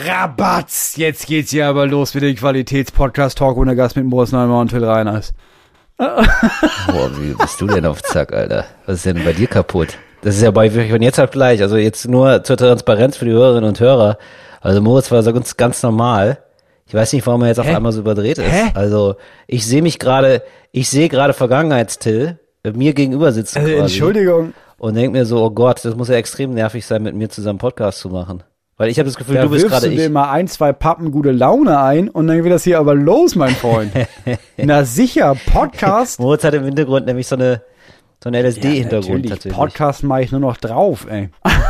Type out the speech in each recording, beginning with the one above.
Rabatz! Jetzt geht's hier aber los mit dem Qualitätspodcast-Talk ohne Gast mit Moritz Neumann und Till Reiners. Boah, wie bist du denn auf Zack, Alter? Was ist denn bei dir kaputt? Das ist ja bei von jetzt auf gleich. Also jetzt nur zur Transparenz für die Hörerinnen und Hörer. Also Moritz war so ganz normal. Ich weiß nicht, warum er jetzt auf einmal so überdreht ist. Also ich sehe gerade Vergangenheits-Till mir gegenüber sitzen quasi. Entschuldigung. Und denk mir so, oh Gott, das muss ja extrem nervig sein, mit mir zusammen Podcast zu machen. Weil ich habe das Gefühl, da du bist gerade ich. Da wirfst du dir mal 1-2 Pappen gute Laune ein und dann geht das hier aber los, mein Freund. Na sicher, Podcast. Moritz hat im Hintergrund nämlich so eine LSD-Hintergrund tatsächlich. Podcast mache ich nur noch drauf, ey.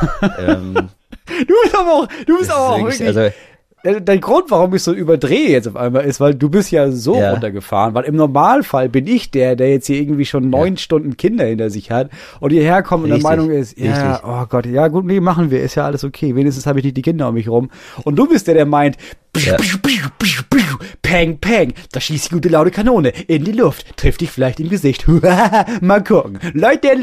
Du bist aber auch wirklich... Also, der Grund, warum ich so überdrehe jetzt auf einmal, ist, weil du bist ja so runtergefahren, weil im Normalfall bin ich der jetzt hier irgendwie schon 9 Stunden Kinder hinter sich hat und hierher kommt und der Meinung ist, oh Gott, ja gut, nee, machen wir, ist ja alles okay, wenigstens habe ich nicht die Kinder um mich rum. Und du bist der meint, peng, peng, da schießt die gute laute Kanone in die Luft, trifft dich vielleicht im Gesicht. Mal gucken. Leute,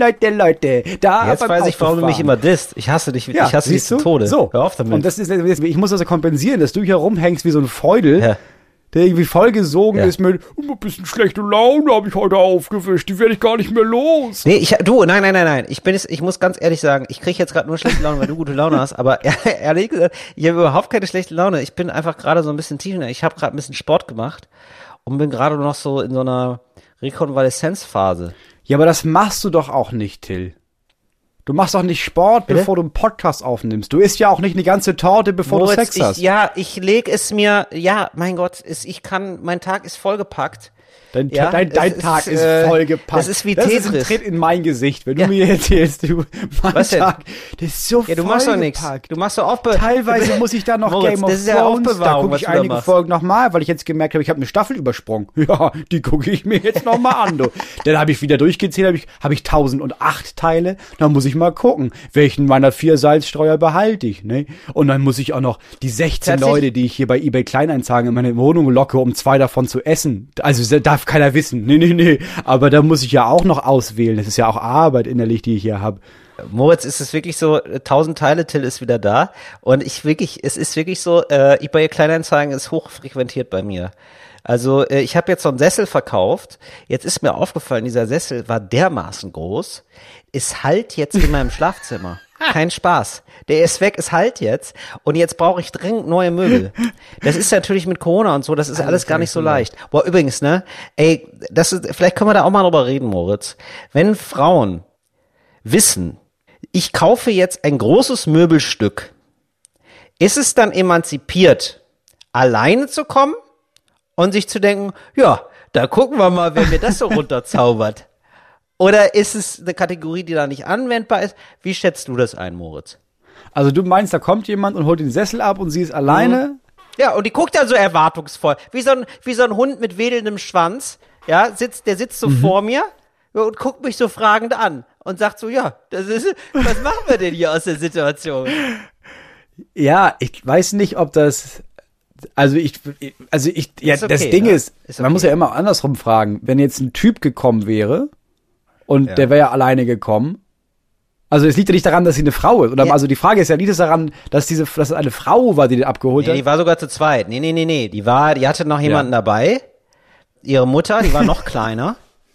da jetzt weiß ich, warum du mich immer disst. Ich hasse dich, ich hasse dich zu Tode. So. Hör auf damit. Und das ist, ich muss also kompensieren, dass du hier rumhängst wie so ein Feudel, der irgendwie vollgesogen ist mit, ein bisschen schlechte Laune habe ich heute aufgewischt, die werde ich gar nicht mehr los. Nee, nein. Ich muss ganz ehrlich sagen, ich kriege jetzt gerade nur schlechte Laune, weil du gute Laune hast, aber ehrlich gesagt, ich habe überhaupt keine schlechte Laune. Ich bin einfach gerade so ein bisschen tief. Ich habe gerade ein bisschen Sport gemacht und bin gerade noch so in so einer Rekonvaleszenzphase. Ja, aber das machst du doch auch nicht, Till. Du machst doch nicht Sport, bevor du einen Podcast aufnimmst. Du isst ja auch nicht eine ganze Torte, bevor du Sex hast. Ich leg es mir, mein Gott, mein Tag ist vollgepackt. Dein Tag ist vollgepackt. Das ist wie Tetris. Das ist ein Tritt in mein Gesicht, wenn du mir erzählst, mein Tag, das ist so vollgepackt. Du machst doch nichts. Du machst doch Teilweise muss ich da noch Moritz, Game of Thrones, da gucke ich einige Folgen nochmal, weil ich jetzt gemerkt habe, ich habe eine Staffel übersprungen. Ja, die gucke ich mir jetzt nochmal an, du. Dann habe ich wieder durchgezählt, habe ich 1008 Teile, dann muss ich mal gucken, welchen meiner 4 Salzstreuer behalte ich, ne? Und dann muss ich auch noch die 16 Leute, die ich hier bei eBay Kleinanzeigen in meine Wohnung locke, um 2 davon zu essen. Also darf keiner wissen. Nee. Aber da muss ich ja auch noch auswählen. Das ist ja auch Arbeit innerlich, die ich hier habe. Moritz, ist es wirklich so, 1000 Teile, Till ist wieder da. Und es ist wirklich so, eBay Kleinanzeigen ist hochfrequentiert bei mir. Also ich habe jetzt so einen Sessel verkauft. Jetzt ist mir aufgefallen, dieser Sessel war dermaßen groß. Es hallt jetzt in meinem Schlafzimmer. Kein Spaß. Der ist weg, es halt jetzt. Und jetzt brauche ich dringend neue Möbel. Das ist natürlich mit Corona und so, das ist alles gar nicht so leicht. Boah, übrigens, ne? Ey, vielleicht können wir da auch mal drüber reden, Moritz. Wenn Frauen wissen, ich kaufe jetzt ein großes Möbelstück, ist es dann emanzipiert, alleine zu kommen und sich zu denken, ja, da gucken wir mal, wer mir das so runterzaubert. Oder ist es eine Kategorie, die da nicht anwendbar ist? Wie schätzt du das ein, Moritz? Also du meinst, da kommt jemand und holt den Sessel ab und sie ist alleine? Ja, und die guckt dann so erwartungsvoll. Wie so ein Hund mit wedelndem Schwanz. Ja, der sitzt so vor mir und guckt mich so fragend an. Und sagt so, ja, was machen wir denn hier aus der Situation? Ja, ich weiß nicht, ob das... das Ding ist, man muss ja immer andersrum fragen. Wenn jetzt ein Typ gekommen wäre... Und der wäre ja alleine gekommen. Also es liegt ja nicht daran, dass sie eine Frau ist. Also die Frage ist ja nicht daran, dass es eine Frau war, die den abgeholt hat. Die war sogar zu zweit. Nee. Die hatte noch jemanden dabei. Ihre Mutter, die war noch kleiner.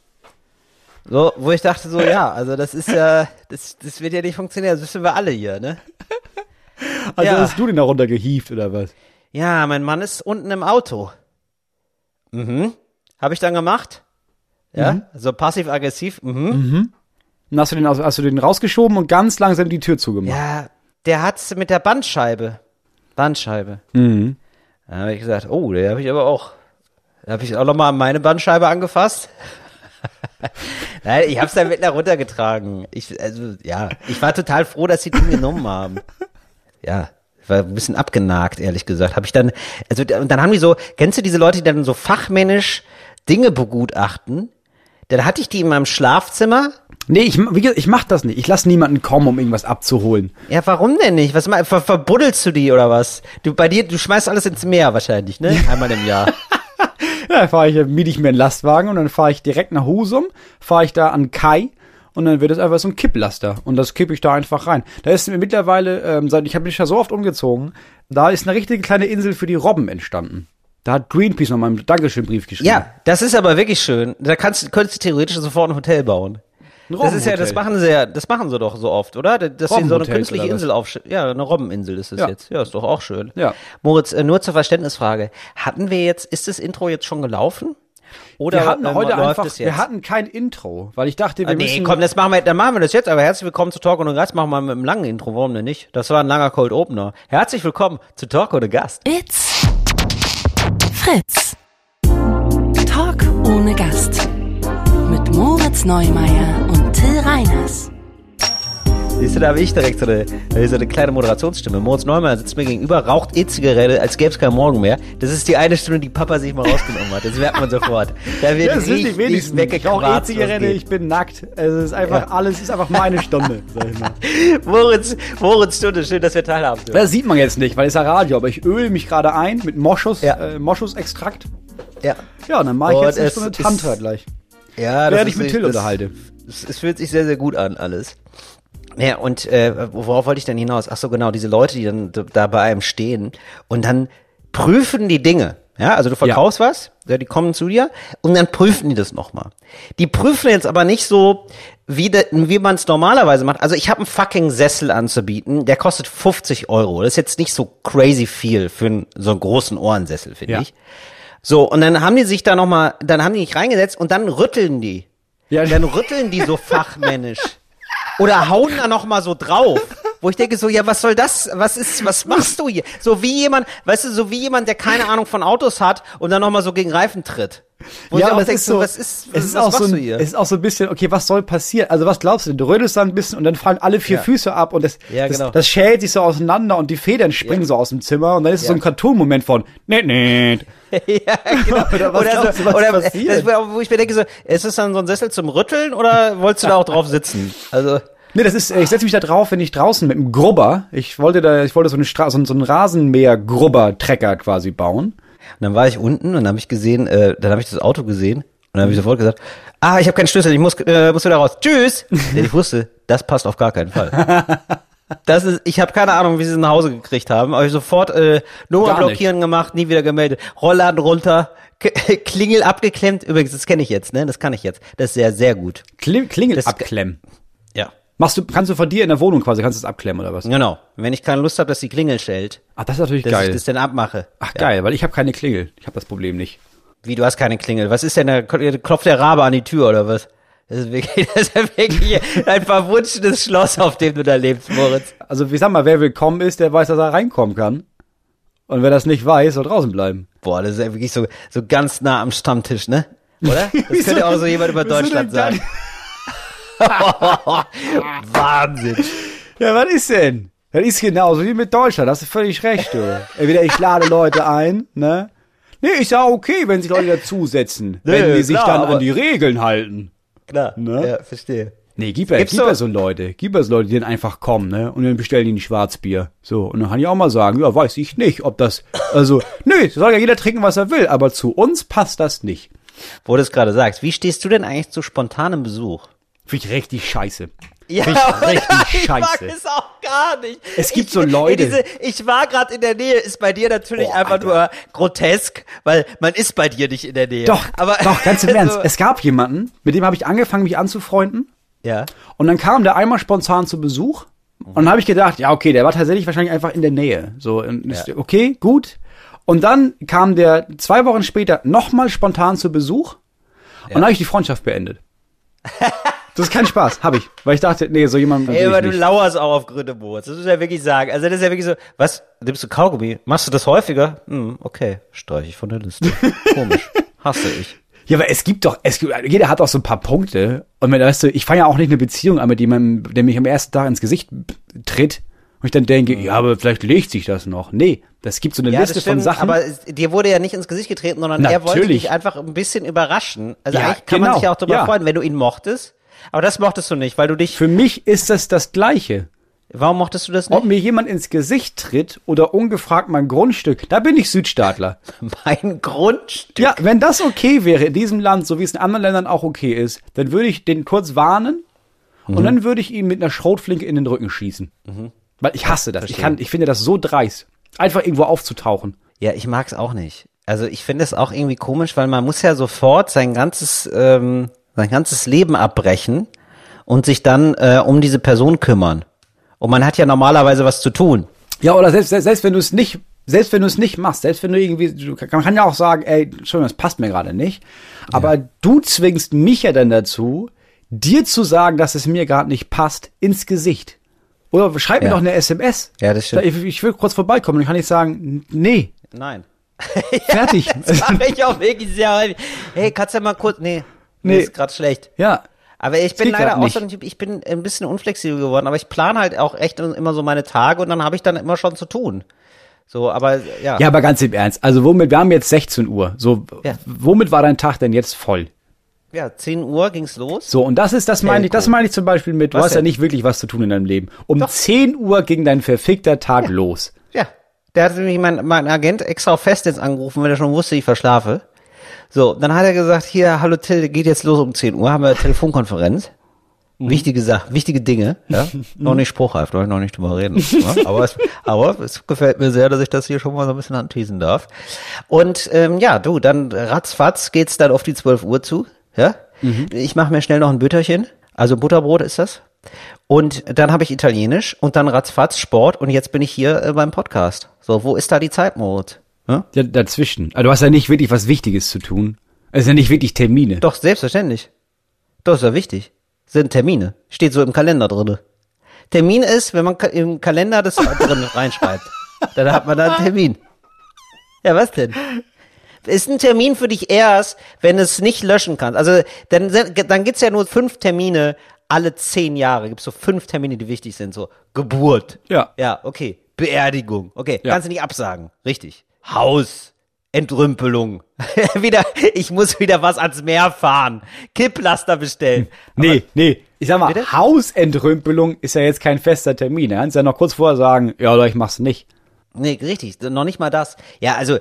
So, wo ich dachte so, also das ist ja, das wird ja nicht funktionieren. Das wissen wir alle hier, ne? Also hast du den da runtergehievt oder was? Ja, mein Mann ist unten im Auto. Habe ich dann gemacht. Ja, so passiv-aggressiv. Und hast du den rausgeschoben und ganz langsam die Tür zugemacht? Ja, der hat's mit der Bandscheibe. Da habe ich gesagt, oh, da habe ich auch nochmal meine Bandscheibe angefasst. Nein, ich hab's dann mit nach runtergetragen. Ich war total froh, dass sie den genommen haben. Ja, ich war ein bisschen abgenagt, ehrlich gesagt. Und dann haben die so, kennst du diese Leute, die dann so fachmännisch Dinge begutachten? Dann hatte ich die in meinem Schlafzimmer. Nee, ich mach das nicht. Ich lasse niemanden kommen, um irgendwas abzuholen. Ja, warum denn nicht? Verbuddelst du die oder was? Du schmeißt alles ins Meer wahrscheinlich, ne? Einmal im Jahr. Ja, miete ich mir einen Lastwagen und dann fahre ich direkt nach Husum, fahre ich da an Kai und dann wird es einfach so ein Kipplaster und das kippe ich da einfach rein. Da ist mittlerweile, ich habe mich ja so oft umgezogen, da ist eine richtige kleine Insel für die Robben entstanden. Da hat Greenpeace nochmal einen Dankeschön-Brief geschrieben. Ja, das ist aber wirklich schön. Da könntest du theoretisch sofort ein Hotel bauen. Das ist ja, das machen sie doch so oft, oder? Dass sie so eine künstliche Insel aufstellen. Ja, eine Robbeninsel ist es jetzt. Ja, ist doch auch schön. Ja. Moritz, nur zur Verständnisfrage. Ist das Intro jetzt schon gelaufen? Oder wir hatten heute einfach, wir hatten kein Intro, weil ich dachte, wir müssen... Nee, komm, dann machen wir das jetzt, aber herzlich willkommen zu Talk ohne Gast, machen wir mit einem langen Intro, warum denn nicht? Das war ein langer Cold Opener. Herzlich willkommen zu Talk ohne Gast. It's Fritz. Talk ohne Gast. Mit Moritz Neumeier und Till Reiners. Siehst du, da habe ich direkt so eine kleine Moderationsstimme. Moritz Neumeier sitzt mir gegenüber, raucht E-Zigarette, als gäbe es keinen Morgen mehr. Das ist die eine Stunde, die Papa sich mal rausgenommen hat. Das merkt man sofort. Da wird richtig weggequatscht. Ich rauche E-Zigarette, ich bin nackt. Es ist einfach alles, ist einfach meine Stunde, sag ich mal. Moritz Stunde, schön, dass wir teilhaben dürfen. Das sieht man jetzt nicht, weil es ist ja Radio, aber ich öle mich gerade ein mit Moschusextrakt. Ja. Ja, und dann mache ich jetzt eine Stunde Tantra gleich. Ja, während ich mit Till unterhalte. Es fühlt sich sehr, sehr gut an, alles. Ja, und worauf wollte ich denn hinaus? Ach so, genau, diese Leute, die dann da bei einem stehen und dann prüfen die Dinge. Ja, also du verkaufst was, ja, die kommen zu dir und dann prüfen die das nochmal. Die prüfen jetzt aber nicht so, wie man es normalerweise macht. Also ich habe einen fucking Sessel anzubieten, der kostet 50 €. Das ist jetzt nicht so crazy viel für so einen großen Ohrensessel, finde ich. So, und dann haben die sich da nochmal, dann haben die nicht reingesetzt und dann rütteln die. Ja. Und dann rütteln die so fachmännisch. Oder hauen da noch mal so drauf, wo ich denke so, ja, was soll das, was machst du hier? So wie jemand, weißt du, so wie jemand, der keine Ahnung von Autos hat und dann noch mal so gegen Reifen tritt. Wo ja, ich aber es ist auch so ein bisschen, okay, was soll passieren? Also was glaubst du? Du rödelst da ein bisschen und dann fallen alle 4 Füße ab und das schält sich so auseinander und die Federn springen so aus dem Zimmer und dann ist es so ein Cartoon-Moment von net. Ja, genau. Oder wo ich mir denke so, ist es dann so ein Sessel zum Rütteln oder wolltest du da auch drauf sitzen? Also nee, ich setze mich da drauf, wenn ich draußen mit einem Grubber, ich wollte so einen Rasenmäher-Grubber-Trecker quasi bauen. Und dann war ich unten und dann habe ich gesehen, dann habe ich das Auto gesehen und dann habe ich sofort gesagt, ich habe keinen Schlüssel, ich muss wieder raus. Tschüss. Denn ich wusste, das passt auf gar keinen Fall. Ich habe keine Ahnung, wie sie es nach Hause gekriegt haben, aber ich sofort Nummer blockieren gemacht, nie wieder gemeldet, Rollladen runter, Klingel abgeklemmt. Übrigens, das kenne ich jetzt, ne? Das kann ich jetzt. Das ist sehr, sehr gut. Klingel abklemmen. Ja. Kannst du von dir in der Wohnung quasi, kannst du es abklemmen oder was? Genau. Wenn ich keine Lust habe, dass die Klingel stellt. Ach, das ist natürlich geil. Dass ich das dann abmache. Ach, geil, weil ich habe keine Klingel. Ich habe das Problem nicht. Wie, du hast keine Klingel? Was ist denn da? Klopft der Rabe an die Tür oder was? Das ist wirklich ein verwunschenes Schloss, auf dem du da lebst, Moritz. Also, ich sag mal, wer willkommen ist, der weiß, dass er reinkommen kann. Und wer das nicht weiß, soll draußen bleiben. Boah, das ist ja wirklich so ganz nah am Stammtisch, ne? Oder? Das könnte auch so jemand über Deutschland sagen. Wahnsinn. Ja, was ist denn? Das ist genauso wie mit Deutschland, hast du völlig recht, du. Entweder ich lade Leute ein, ne? Nee, ist ja okay, wenn sich Leute dazusetzen, wenn die sich dann an die Regeln halten. Klar, ne? Ja, verstehe. Nee, gib so Leute, die dann einfach kommen, ne? Und dann bestellen die ein Schwarzbier. So, und dann kann ich auch mal sagen, ja, weiß ich nicht, ob das, nö, soll ja jeder trinken, was er will, aber zu uns passt das nicht. Wo du es gerade sagst, wie stehst du denn eigentlich zu spontanem Besuch? Finde ich richtig scheiße. Ja, ich mag es auch gar nicht. Es gibt so Leute. Ich war gerade in der Nähe, ist bei dir natürlich einfach nur grotesk, weil man ist bei dir nicht in der Nähe. Doch, ganz im Ernst. Es gab jemanden, mit dem habe ich angefangen, mich anzufreunden. Ja. Und dann kam der einmal spontan zu Besuch. Und dann habe ich gedacht, ja, okay, der war tatsächlich wahrscheinlich einfach in der Nähe. So, okay, gut. Und dann kam der 2 Wochen später nochmal spontan zu Besuch. Und dann habe ich die Freundschaft beendet. Das ist kein Spaß, habe ich. Weil ich dachte, nee, so jemand. Ey, aber du lauerst auch auf Gründe, Moritz. Das muss ich ja wirklich sagen. Also das ist ja wirklich so, was, nimmst du Kaugummi? Machst du das häufiger? Okay, streich ich von der Liste. Komisch. Hasse ich. Ja, aber jeder hat auch so ein paar Punkte. Und weißt du, ich fange ja auch nicht eine Beziehung an mit jemandem, der mich am ersten Tag ins Gesicht tritt. Und ich dann denke, ja, aber vielleicht legt sich das noch. Nee, das gibt so eine Liste von Sachen. Aber dir wurde ja nicht ins Gesicht getreten, sondern er wollte dich einfach ein bisschen überraschen. Also eigentlich kann man sich ja auch darüber freuen, wenn du ihn mochtest. Aber das mochtest du nicht, weil du dich... Für mich ist das Gleiche. Warum mochtest du das nicht? Ob mir jemand ins Gesicht tritt oder ungefragt mein Grundstück, da bin ich Südstaatler. Mein Grundstück? Ja, wenn das okay wäre in diesem Land, so wie es in anderen Ländern auch okay ist, dann würde ich den kurz warnen und dann würde ich ihm mit einer Schrotflinke in den Rücken schießen. Weil ich hasse das. Ich finde das so dreist, einfach irgendwo aufzutauchen. Ja, ich mag's auch nicht. Also ich finde es auch irgendwie komisch, weil man muss ja sofort sein ganzes Leben abbrechen und sich dann um diese Person kümmern. Und man hat ja normalerweise was zu tun. Ja, oder selbst wenn du es nicht machst, selbst wenn du irgendwie, man kann ja auch sagen, ey, Entschuldigung, das passt mir gerade nicht. Aber du zwingst mich ja dann dazu, dir zu sagen, dass es mir gerade nicht passt, ins Gesicht. Oder schreib mir doch eine SMS. Ja, das stimmt. Ich will kurz vorbeikommen, dann kann ich sagen, nee. Nein. Fertig. Das mache ich auch wirklich sehr häufig. Hey, kannst du mal kurz, nee, ist gerade schlecht. Ja. Aber ich bin leider auch so ein Typ, ich bin ein bisschen unflexibel geworden, aber ich plane halt auch echt immer so meine Tage und dann habe ich dann immer schon zu tun. So, aber ja. Ja, aber ganz im Ernst, also wir haben jetzt 16 Uhr, so, womit war dein Tag denn jetzt voll? Ja, 10 Uhr ging's los. So, und das meine ich zum Beispiel mit, du hast ja nicht wirklich was zu tun in deinem Leben. Um 10 Uhr ging dein verfickter Tag los. Ja, der hat nämlich mein Agent extra auf Festnetz angerufen, weil er schon wusste, ich verschlafe. So, dann hat er gesagt, hier, hallo Till, geht jetzt los um 10 Uhr, haben wir eine Telefonkonferenz. Wichtige Sachen, wichtige Dinge, ja. Noch nicht spruchreif, da noch nicht drüber reden. Ja? Aber es gefällt mir sehr, dass ich das hier schon mal so ein bisschen anteasen darf. Und dann ratzfatz geht's dann auf die 12 Uhr zu. Ja? Ich mache mir schnell noch ein Butterchen, also Butterbrot ist das. Und dann habe ich Italienisch und dann ratzfatz Sport und jetzt bin ich hier beim Podcast. So, wo ist da die Zeit, Moritz? Ja, dazwischen. Also du hast ja nicht wirklich was Wichtiges zu tun. Es sind ja nicht wirklich Termine. Doch, selbstverständlich. Doch, ist ja wichtig. Sind Termine. Steht so im Kalender drinne. Termin ist, wenn man im Kalender das drin reinschreibt. Dann hat man da einen Termin. Ja, was denn? Ist ein Termin für dich erst, wenn es nicht löschen kannst. Also, dann gibt's ja nur 5 Termine alle 10 Jahre. Gibt's so 5 Termine, die wichtig sind. So, Geburt. Ja. Ja, okay. Beerdigung. Okay. Ja. Kannst du nicht absagen. Richtig. Haus. Entrümpelung. Ich muss wieder was ans Meer fahren. Kipplaster bestellen. Nee. Ich sag mal, bitte? Hausentrümpelung ist ja jetzt kein fester Termin. Du kannst ja noch kurz vorher sagen, ja, oder ich mach's nicht. Nee, richtig, noch nicht mal das. Ja, also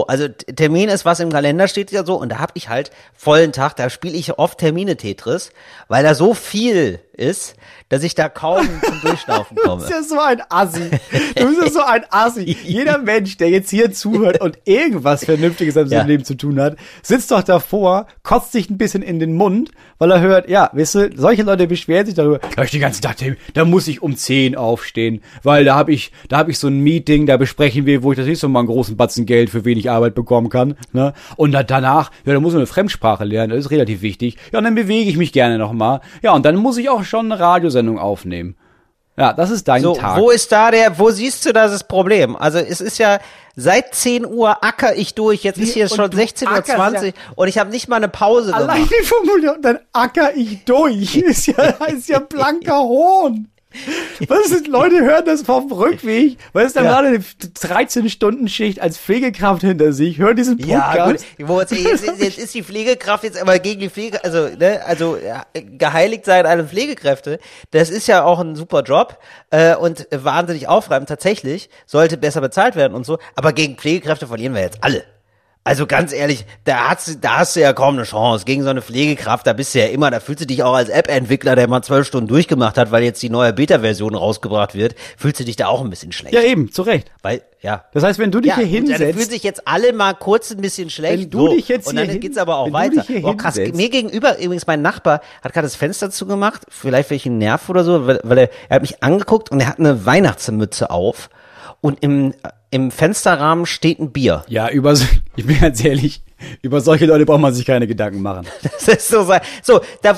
Termin ist, was im Kalender steht ja so, und da hab ich halt vollen Tag, da spiele ich oft Termine-Tetris, weil da so viel ist, dass ich da kaum zum Durchlaufen komme. Du bist ja so ein Assi. Du bist ja so ein Assi. Jeder Mensch, der jetzt hier zuhört und irgendwas Vernünftiges in seinem Leben zu tun hat, sitzt doch davor, kotzt sich ein bisschen in den Mund, weil er hört, ja, weißt du, solche Leute beschweren sich darüber, da ich den ganzen Tag, da muss ich um 10 aufstehen, weil da hab ich so ein Meeting, da besprechen wir, wo ich das nächste Mal einen großen Batzen Geld für wenig Arbeit bekommen kann, ne? Und danach, da muss man eine Fremdsprache lernen, das ist relativ wichtig. Ja, und dann bewege ich mich gerne nochmal. Ja, und dann muss ich auch schon eine Radiosendung aufnehmen. Ja, das ist dein Tag. Wo siehst du das Problem? Also es ist ja, seit 10 Uhr acker ich durch, jetzt ist hier schon 16:20 Uhr und ich habe nicht mal eine Pause gemacht. Allein die Formulierung, dann acker ich durch, ist ja blanker Hohn. Was ist, Leute hören das vom Rückweg, weil es dann gerade eine 13-Stunden-Schicht als Pflegekraft hinter sich, hören diesen Podcast. Ja, gut, jetzt ist die Pflegekraft jetzt aber gegen die Pflege, also geheiligt sein alle Pflegekräfte, das ist ja auch ein super Job und wahnsinnig aufreibend, tatsächlich, sollte besser bezahlt werden und so, aber gegen Pflegekräfte verlieren wir jetzt alle. Also ganz ehrlich, da hast du ja kaum eine Chance. Gegen so eine Pflegekraft, da bist du ja immer, da fühlst du dich auch als App-Entwickler, der mal 12 Stunden durchgemacht hat, weil jetzt die neue Beta-Version rausgebracht wird, fühlst du dich da auch ein bisschen schlecht. Ja eben, zu Recht. Weil, ja. Das heißt, wenn du dich hier hinsetzt. Dann fühlen sich jetzt alle mal kurz ein bisschen schlecht. Wenn du dich jetzt und dann geht's aber auch weiter. Oh, krass, mir gegenüber, übrigens mein Nachbar hat gerade das Fenster zugemacht, vielleicht welche Nerv oder so, weil er hat mich angeguckt und er hat eine Weihnachtsmütze auf und im Fensterrahmen steht ein Bier. Ja, ich bin ganz ehrlich, über solche Leute braucht man sich keine Gedanken machen. Das ist so, da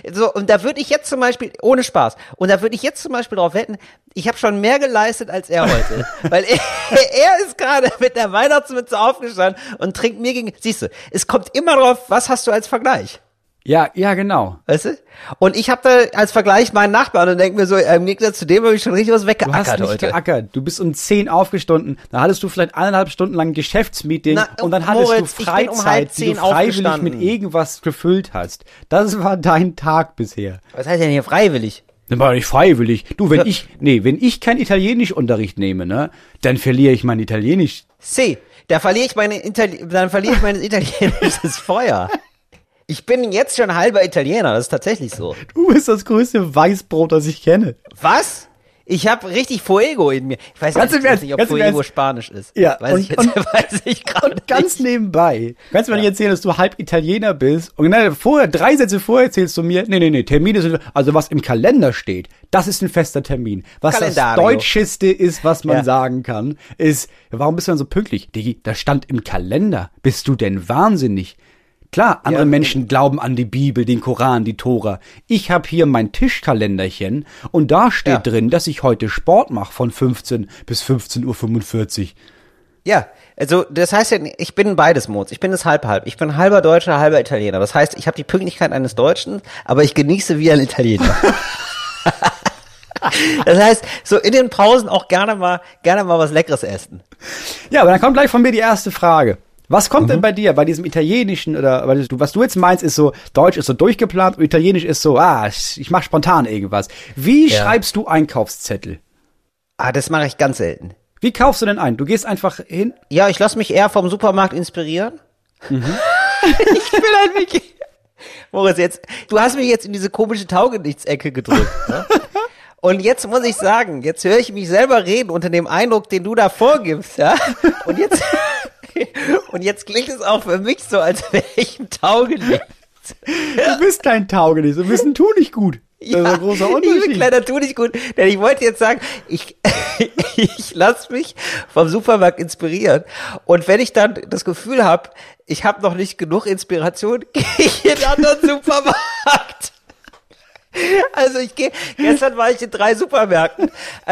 würde ich jetzt zum Beispiel, ohne Spaß, und da würde ich jetzt zum Beispiel drauf wetten, ich habe schon mehr geleistet als er heute. Weil er ist gerade mit der Weihnachtsmütze aufgestanden und trinkt mir gegen, siehst du, es kommt immer drauf, was hast du als Vergleich? Ja, genau. Weißt du? Und ich habe da als Vergleich meinen Nachbarn und denke mir so, im Gegensatz zu dem habe ich schon richtig was weggeackert heute. Du hast nicht geackert. Du bist um 10 aufgestanden. Da hattest du vielleicht 1,5 Stunden lang ein Geschäftsmeeting und dann hattest du Freizeit, die du freiwillig mit irgendwas gefüllt hast. Das war dein Tag bisher. Was heißt denn hier freiwillig? Das war nicht freiwillig. Du, wenn ich kein Italienischunterricht nehme, ne, dann verliere ich mein Italienisch. Dann verliere ich mein italienisches Feuer. Ich bin jetzt schon halber Italiener, das ist tatsächlich so. Du bist das größte Weißbrot, das ich kenne. Was? Ich habe richtig Fuego in mir. Ich weiß nicht, ob Fuego Spanisch ist. Ja, weiß ich gerade nicht. Ganz nebenbei, kannst du mir nicht erzählen, dass du halb Italiener bist? Und genau vorher, 3 Sätze vorher erzählst du mir, nee, Termine sind, also was im Kalender steht, das ist ein fester Termin. Was Kalendario. Das Deutscheste ist, was man sagen kann, ist, warum bist du dann so pünktlich? Digi, das stand im Kalender. Bist du denn wahnsinnig? Klar, andere Menschen glauben an die Bibel, den Koran, die Tora. Ich habe hier mein Tischkalenderchen und da steht drin, dass ich heute Sport mache von 15 bis 15:45 Uhr. Ja, also das heißt ja, ich bin beides Mods. Ich bin das halb. Ich bin halber Deutscher, halber Italiener. Das heißt, ich habe die Pünktlichkeit eines Deutschen, aber ich genieße wie ein Italiener. Das heißt, so in den Pausen auch gerne mal was Leckeres essen. Ja, aber dann kommt gleich von mir die erste Frage. Was kommt denn bei dir, bei diesem Italienischen oder was du jetzt meinst, ist so, Deutsch ist so durchgeplant und Italienisch ist so, ich mach spontan irgendwas. Wie schreibst du Einkaufszettel? Das mache ich ganz selten. Wie kaufst du denn ein? Du gehst einfach hin? Ja, ich lasse mich eher vom Supermarkt inspirieren. Ich will halt wirklich... Moritz, du hast mich jetzt in diese komische Taugenichts-Ecke gedrückt. Ne? Und jetzt muss ich sagen, jetzt höre ich mich selber reden unter dem Eindruck, den du da vorgibst, ja? Und jetzt klingt es auch für mich so, als wäre ich ein Taugenichts. Du bist kein Taugenichts, du bist ein Tunichtgut. Das ist ein großer Unterschied. Ich bin ein kleiner Tunichtgut, denn ich wollte jetzt sagen, ich lasse mich vom Supermarkt inspirieren. Und wenn ich dann das Gefühl habe, ich habe noch nicht genug Inspiration, gehe ich in einen anderen Supermarkt. Also gestern war ich in 3 Supermärkten.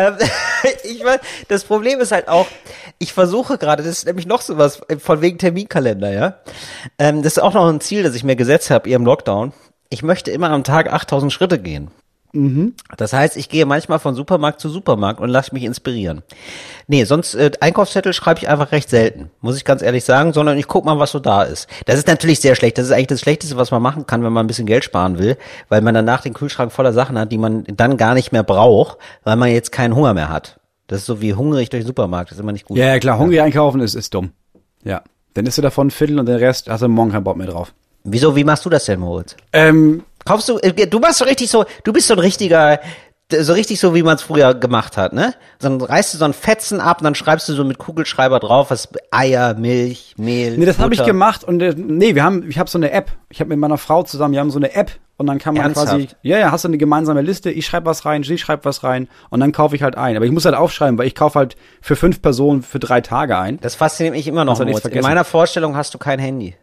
Das Problem ist halt auch, ich versuche gerade, das ist nämlich noch sowas, von wegen Terminkalender, ja. Das ist auch noch ein Ziel, das ich mir gesetzt habe, hier im Lockdown. Ich möchte immer am Tag 8000 Schritte gehen. Das heißt, ich gehe manchmal von Supermarkt zu Supermarkt und lasse mich inspirieren. Nee, sonst Einkaufszettel schreibe ich einfach recht selten, muss ich ganz ehrlich sagen, sondern ich gucke mal, was so da ist. Das ist natürlich sehr schlecht. Das ist eigentlich das Schlechteste, was man machen kann, wenn man ein bisschen Geld sparen will, weil man danach den Kühlschrank voller Sachen hat, die man dann gar nicht mehr braucht, weil man jetzt keinen Hunger mehr hat. Das ist so wie hungrig durch den Supermarkt, das ist immer nicht gut. Ja, klar, hungrig einkaufen ist dumm. Ja, dann isst du davon ein Viertel und den Rest hast du morgen keinen Bock mehr drauf. Wieso, wie machst du das denn, Moritz? Kaufst du machst so richtig so, du bist so ein richtiger, so richtig so, wie man es früher gemacht hat, ne? Dann reißt du so einen Fetzen ab und dann schreibst du so mit Kugelschreiber drauf, was Eier, Milch, Mehl, Nee, das habe ich gemacht und ich habe so eine App. Ich habe mit meiner Frau zusammen, wir haben so eine App und dann kann man quasi, hast du eine gemeinsame Liste, ich schreibe was rein, sie schreibt was rein und dann kaufe ich halt ein. Aber ich muss halt aufschreiben, weil ich kaufe halt für 5 Personen für 3 Tage ein. Das fasziniert mich immer noch, Moritz. In meiner Vorstellung hast du kein Handy.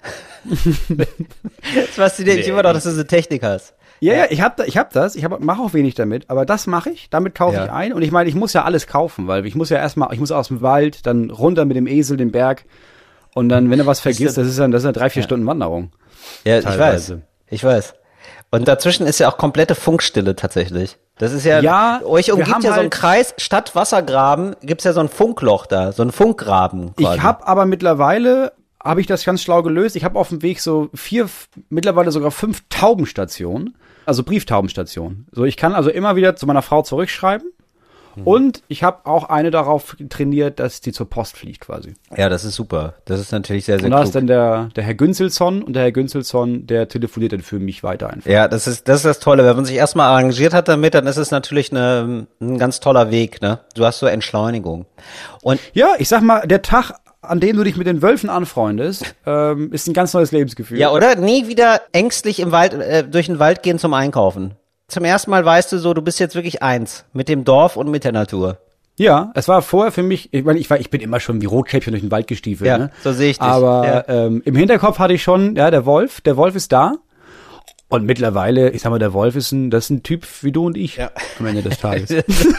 Das fasziniert mich immer noch, dass du so eine Technik hast. Ja, ich mache auch wenig damit, aber das mache ich, damit kaufe ich ein und ich meine, ich muss ja alles kaufen, weil ich muss aus dem Wald, dann runter mit dem Esel den Berg und dann, wenn du was vergisst, das ist eine 3-4 Stunden Wanderung. Ja, ich weiß. Und dazwischen ist ja auch komplette Funkstille tatsächlich. Das ist euch umgibt ja so ein Kreis, statt Wassergraben gibt's ja so ein Funkloch da, so ein Funkgraben quasi. Ich habe aber mittlerweile ich das ganz schlau gelöst. Ich habe auf dem Weg so 4, mittlerweile sogar 5 Taubenstationen, also Brieftaubenstationen. So, ich kann also immer wieder zu meiner Frau zurückschreiben. Und ich habe auch eine darauf trainiert, dass die zur Post fliegt quasi. Ja, das ist super. Das ist natürlich sehr, sehr klug. Und da ist dann der Herr Günzelsson und der Herr Günzelsson, der telefoniert dann für mich weiter einfach. Ja, das ist das Tolle. Wenn man sich erstmal arrangiert hat damit, dann ist es natürlich ein ganz toller Weg, ne? Du hast so Entschleunigung. Und ja, ich sag mal, der Tag, an dem du dich mit den Wölfen anfreundest, ist ein ganz neues Lebensgefühl. Ja, oder? Nie wieder ängstlich im Wald, durch den Wald gehen zum Einkaufen. Zum ersten Mal weißt du so, du bist jetzt wirklich eins mit dem Dorf und mit der Natur. Ja, es war vorher für mich, ich meine, ich bin immer schon wie Rotkäppchen durch den Wald gestiefelt. Ja, ne? So sehe ich dich. Aber im Hinterkopf hatte ich schon, der Wolf ist da. Und mittlerweile, ich sag mal, der Wolf das ist ein Typ wie du und ich am Ende des Tages.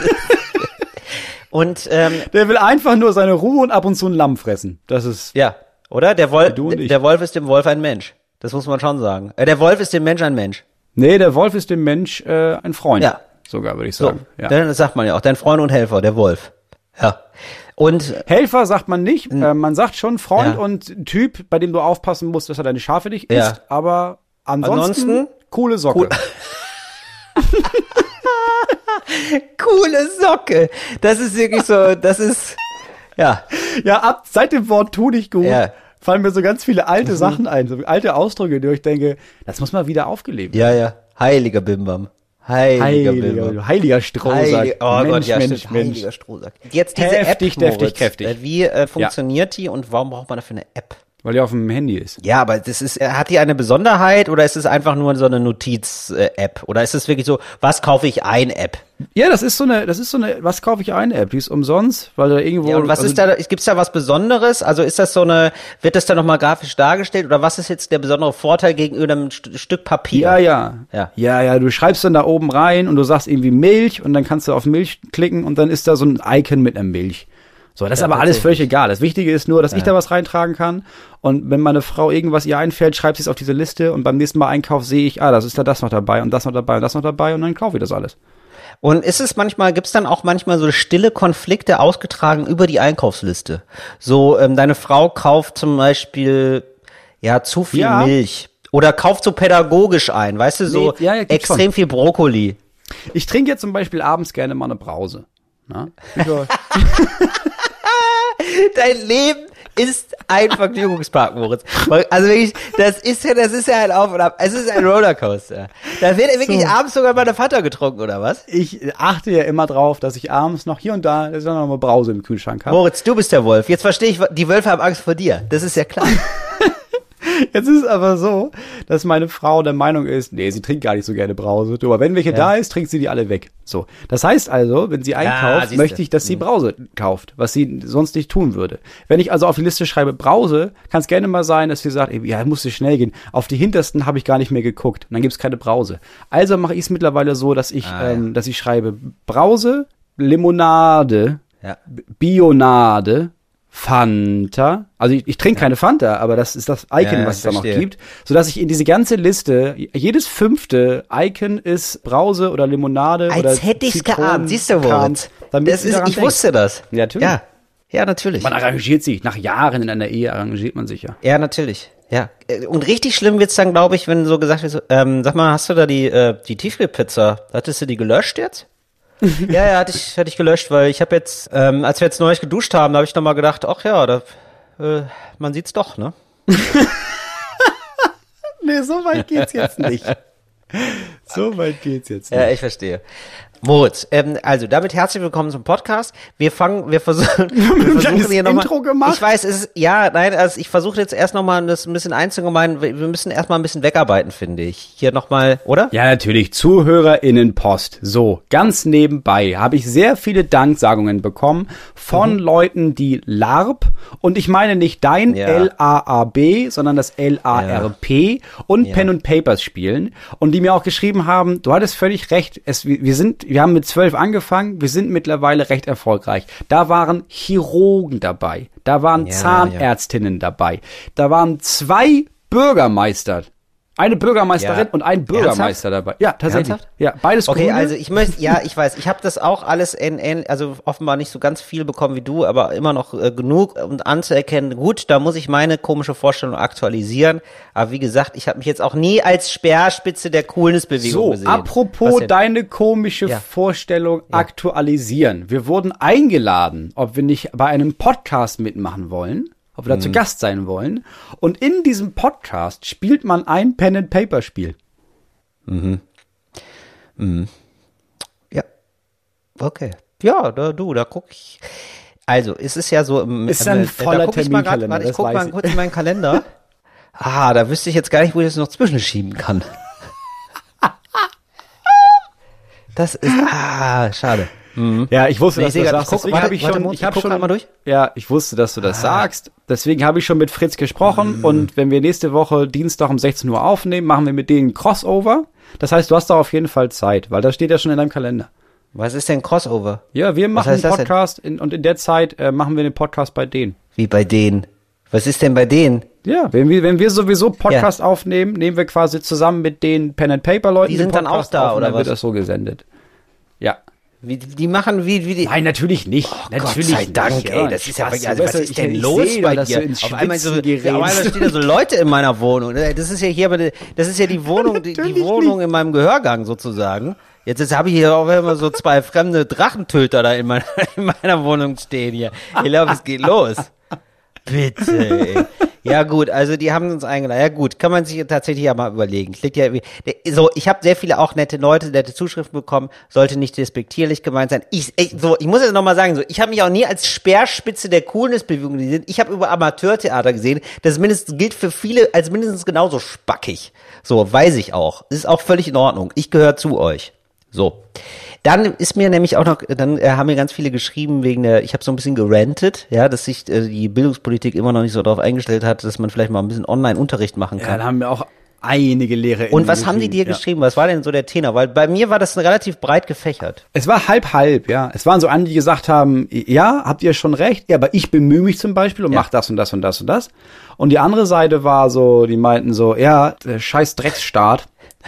Und der will einfach nur seine Ruhe und ab und zu ein Lamm fressen. Das ist oder? Der Wolf ist dem Wolf ein Mensch. Das muss man schon sagen. Der Wolf ist dem Mensch ein Mensch. Nee, der Wolf ist dem Mensch ein Freund. Ja. Sogar, würde ich sagen. So, das sagt man ja auch. Dein Freund und Helfer, der Wolf. Ja. Und Helfer sagt man nicht. Man sagt schon Freund und Typ, bei dem du aufpassen musst, dass er deine Schafe nicht isst. Aber ansonsten coole Socke. Cool. Coole Socke. Das ist wirklich so, das ist, Ja, seit dem Wort tu dich gut. Ja. fallen mir so ganz viele alte Sachen ein, so alte Ausdrücke, die ich denke, das muss mal wieder aufgelebt werden. Ja. Heiliger Bimbam. Heiliger Strohsack. Mensch. Heiliger Strohsack. Jetzt diese heftig, App, Moritz, kräftig. Wie funktioniert die und warum braucht man dafür eine App? Weil die auf dem Handy ist. Ja, aber hat die eine Besonderheit oder ist es einfach nur so eine Notiz-App? Oder ist es wirklich so, was kaufe ich ein App? Ja, das ist so eine, was kaufe ich ein App? Die ist umsonst, weil da irgendwo. Ja, und was ist da, gibt's da was Besonderes? Also ist das wird das da nochmal grafisch dargestellt oder was ist jetzt der besondere Vorteil gegenüber einem Stück Papier? Ja, du schreibst dann da oben rein und du sagst irgendwie Milch und dann kannst du auf Milch klicken und dann ist da so ein Icon mit einer Milch. So, das ist aber alles völlig egal. Das Wichtige ist nur, dass ich da was reintragen kann. Und wenn meine Frau irgendwas ihr einfällt, schreibt sie es auf diese Liste und beim nächsten Mal Einkauf sehe ich, das ist da das noch dabei und das noch dabei und das noch dabei und dann kaufe ich das alles. Und gibt's dann auch manchmal so stille Konflikte ausgetragen über die Einkaufsliste? So, deine Frau kauft zum Beispiel, zu viel Milch. Oder kauft so pädagogisch ein, weißt du, so extrem viel Brokkoli. Ich trinke jetzt zum Beispiel abends gerne mal eine Brause. Na? Dein Leben ist ein Vergnügungspark, Moritz. Also wirklich, das ist ja ein Auf und Ab. Es ist ein Rollercoaster. Da wird wirklich abends sogar mal eine Fanta getrunken, oder was? Ich achte ja immer drauf, dass ich abends noch hier und da noch mal Brause im Kühlschrank habe. Moritz, du bist der Wolf. Jetzt verstehe ich, die Wölfe haben Angst vor dir. Das ist ja klar. Jetzt ist es aber so, dass meine Frau der Meinung ist, nee, sie trinkt gar nicht so gerne Brause. Aber wenn welche da ist, trinkt sie die alle weg. So. Das heißt also, wenn sie einkauft, möchte ich, dass sie Brause kauft, was sie sonst nicht tun würde. Wenn ich also auf die Liste schreibe Brause, kann es gerne mal sein, dass sie sagt, musste schnell gehen. Auf die hintersten habe ich gar nicht mehr geguckt. Und dann gibt's keine Brause. Also mache ich es mittlerweile so, dass ich schreibe Brause, Limonade, Bionade, Fanta, also ich trinke keine Fanta, aber das ist das Icon, was es da noch gibt, sodass ich in diese ganze Liste, jedes 5. Icon ist Brause oder Limonade oder Als hätte ich's geahnt, siehst du wohl. Ich wusste das. Ja, natürlich. Ja, natürlich. Man arrangiert sich, nach Jahren in einer Ehe arrangiert man sich ja. Ja, natürlich. Ja. Und richtig schlimm wird's dann, glaube ich, wenn so gesagt wird, sag mal, hast du da die Tiefkühlpizza, hattest du die gelöscht jetzt? Ja, hatte ich gelöscht, weil ich habe jetzt, als wir jetzt neulich geduscht haben, da habe ich nochmal gedacht, ach ja, man sieht's doch, ne? Nee, so weit geht's jetzt nicht. Ja, ich verstehe. Moritz, also damit herzlich willkommen zum Podcast. Wir versuchen hier nochmal. Intro gemacht? Ich weiß, ich versuche jetzt erst nochmal das ein bisschen einzugemeinden. Wir müssen erstmal ein bisschen wegarbeiten, finde ich. Hier nochmal, oder? Ja, natürlich. ZuhörerInnenpost. So, ganz nebenbei habe ich sehr viele Danksagungen bekommen von Leuten, die LARP, und ich meine nicht dein L-A-A-B, sondern das L-A-R-P und Pen and Papers spielen, und die mir auch geschrieben haben, du hattest völlig recht, wir haben mit 12 angefangen, wir sind mittlerweile recht erfolgreich. Da waren Chirurgen dabei, da waren Zahnärztinnen dabei, da waren 2 Bürgermeister, eine Bürgermeisterin und ein Bürgermeister dabei. Ja, tatsächlich. Ernsthaft? Ja, beides Okay, Grüne. Also ich weiß, ich habe das auch alles also offenbar nicht so ganz viel bekommen wie du, aber immer noch genug, um anzuerkennen, gut, da muss ich meine komische Vorstellung aktualisieren. Aber wie gesagt, ich habe mich jetzt auch nie als Speerspitze der Coolness-Bewegung gesehen. So, apropos deine komische Vorstellung aktualisieren. Wir wurden eingeladen, ob wir nicht bei einem Podcast mitmachen wollen. Ob wir da zu Gast sein wollen. Und in diesem Podcast spielt man ein Pen-and-Paper-Spiel. Ja. Okay. Ja, da guck ich. Also, es ist ja so ist ein voller Terminkalender. Ich guck mal kurz in meinen Kalender. Da wüsste ich jetzt gar nicht, wo ich das noch zwischenschieben kann. Das ist, schade. Ja, ich wusste, dass du das sagst. Ich wusste, dass du das sagst. Deswegen habe ich schon mit Fritz gesprochen. Und wenn wir nächste Woche Dienstag um 16 Uhr aufnehmen, machen wir mit denen Crossover. Das heißt, du hast da auf jeden Fall Zeit, weil das steht ja schon in deinem Kalender. Was ist denn Crossover? Ja, wir machen einen Podcast und in der Zeit machen wir den Podcast bei denen. Wie bei denen? Was ist denn bei denen? Ja, wenn wir sowieso Podcast aufnehmen, nehmen wir quasi zusammen mit den Pen-and-Paper-Leuten. Die sind dann auch da, oder was? Dann wird das so gesendet. Ja. Die machen wie die. Nein, natürlich nicht. Natürlich Gott sei Dank, ey. Das ist ja wirklich, was ist denn los bei dir? Auf einmal stehen da so Leute in meiner Wohnung. Das ist ja die Wohnung, die Wohnung in meinem Gehörgang sozusagen. Jetzt habe ich hier auch immer so 2 fremde Drachentöter da in meiner Wohnung stehen hier. Ich glaube, es geht los. Bitte, ey. Ja gut, also die haben uns eingeladen. Ja gut, kann man sich tatsächlich ja mal überlegen. Ich habe sehr viele auch nette Zuschriften bekommen, sollte nicht despektierlich gemeint sein. Ich muss jetzt nochmal sagen, ich habe mich auch nie als Speerspitze der Coolness-Bewegung gesehen. Ich habe über Amateurtheater gesehen, das gilt für viele als mindestens genauso spackig. So, weiß ich auch. Ist auch völlig in Ordnung. Ich gehöre zu euch. So. Dann ist mir nämlich auch noch, haben mir ganz viele geschrieben ich habe so ein bisschen gerantet, ja, dass sich die Bildungspolitik immer noch nicht so darauf eingestellt hat, dass man vielleicht mal ein bisschen Online-Unterricht machen kann. Ja, dann haben wir auch einige Lehrer. Und was haben die dir geschrieben? Was war denn so der Tenor? Weil bei mir war das relativ breit gefächert. Es war halb, ja. Es waren so andere, die gesagt haben, ja, habt ihr schon recht, ja, aber ich bemühe mich zum Beispiel und mach das und das und das und das. Und die andere Seite war so, die meinten so, ja, der scheiß Drecksstaat.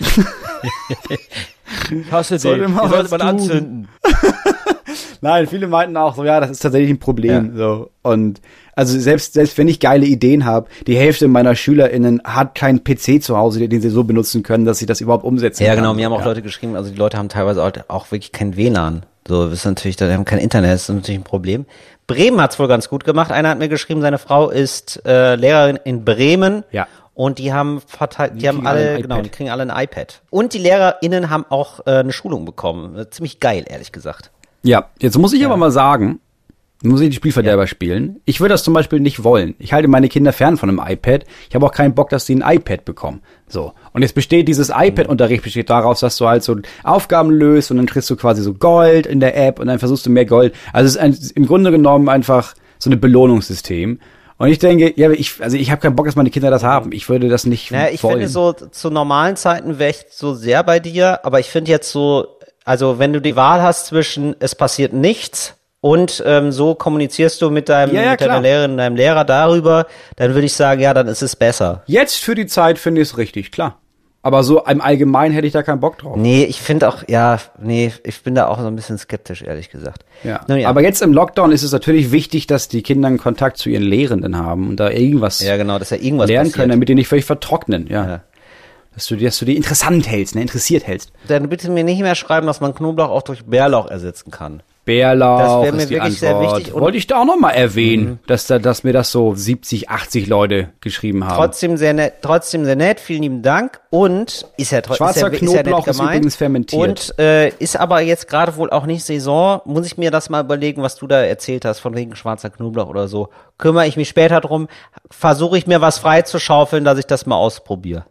Ich hasse den. Ihr solltet mal anzünden. Nein, viele meinten auch so, ja, das ist tatsächlich ein Problem. Ja. So. Und also selbst wenn ich geile Ideen habe, die Hälfte meiner SchülerInnen hat keinen PC zu Hause, den sie so benutzen können, dass sie das überhaupt umsetzen kann. Ja, genau, mir haben auch Leute geschrieben, also die Leute haben teilweise auch wirklich kein WLAN. So, das ist natürlich, die haben kein Internet, das ist natürlich ein Problem. Bremen hat's wohl ganz gut gemacht. Einer hat mir geschrieben, seine Frau ist Lehrerin in Bremen. Ja. Und die haben die kriegen alle ein iPad. Und die LehrerInnen haben auch eine Schulung bekommen. Ziemlich geil, ehrlich gesagt. Ja, jetzt muss ich aber mal sagen, muss ich die Spielverderber spielen. Ich würde das zum Beispiel nicht wollen. Ich halte meine Kinder fern von einem iPad. Ich habe auch keinen Bock, dass sie ein iPad bekommen. So. Und jetzt besteht dieses iPad-Unterricht besteht daraus, dass du halt so Aufgaben löst und dann kriegst du quasi so Gold in der App und dann versuchst du mehr Gold. Also es ist im Grunde genommen einfach so ein Belohnungssystem. Und ich denke, ja, ich habe keinen Bock, dass meine Kinder das haben. Ich würde das nicht wollen. Ich finde so, zu normalen Zeiten wäre ich so sehr bei dir, aber ich finde jetzt so, also wenn du die Wahl hast zwischen es passiert nichts und so kommunizierst du mit deiner Lehrerin, deinem Lehrer darüber, dann würde ich sagen, ja, dann ist es besser. Jetzt für die Zeit finde ich es richtig, klar. Aber so im Allgemeinen hätte ich da keinen Bock drauf. Nee, ich finde auch, ich bin da auch so ein bisschen skeptisch, ehrlich gesagt. Ja. Aber jetzt im Lockdown ist es natürlich wichtig, dass die Kinder einen Kontakt zu ihren Lehrenden haben und da irgendwas dass ja irgendwas lernen passiert. Können, damit die nicht völlig vertrocknen, ja. Dass du die interessant hältst, interessiert hältst. Dann bitte mir nicht mehr schreiben, dass man Knoblauch auch durch Bärlauch ersetzen kann. Bärlauch das wäre mir ist die wirklich Antwort. sehr wichtig. Wollte ich da auch noch mal erwähnen, dass mir das so 70, 80 Leute geschrieben haben. Trotzdem sehr nett, vielen lieben Dank. Und schwarzer Knoblauch ist übrigens fermentiert. Und ist aber jetzt gerade wohl auch nicht Saison. Muss ich mir das mal überlegen, was du da erzählt hast, von wegen schwarzer Knoblauch oder so. Kümmere ich mich später drum. Versuche ich mir was freizuschaufeln, dass ich das mal ausprobiere.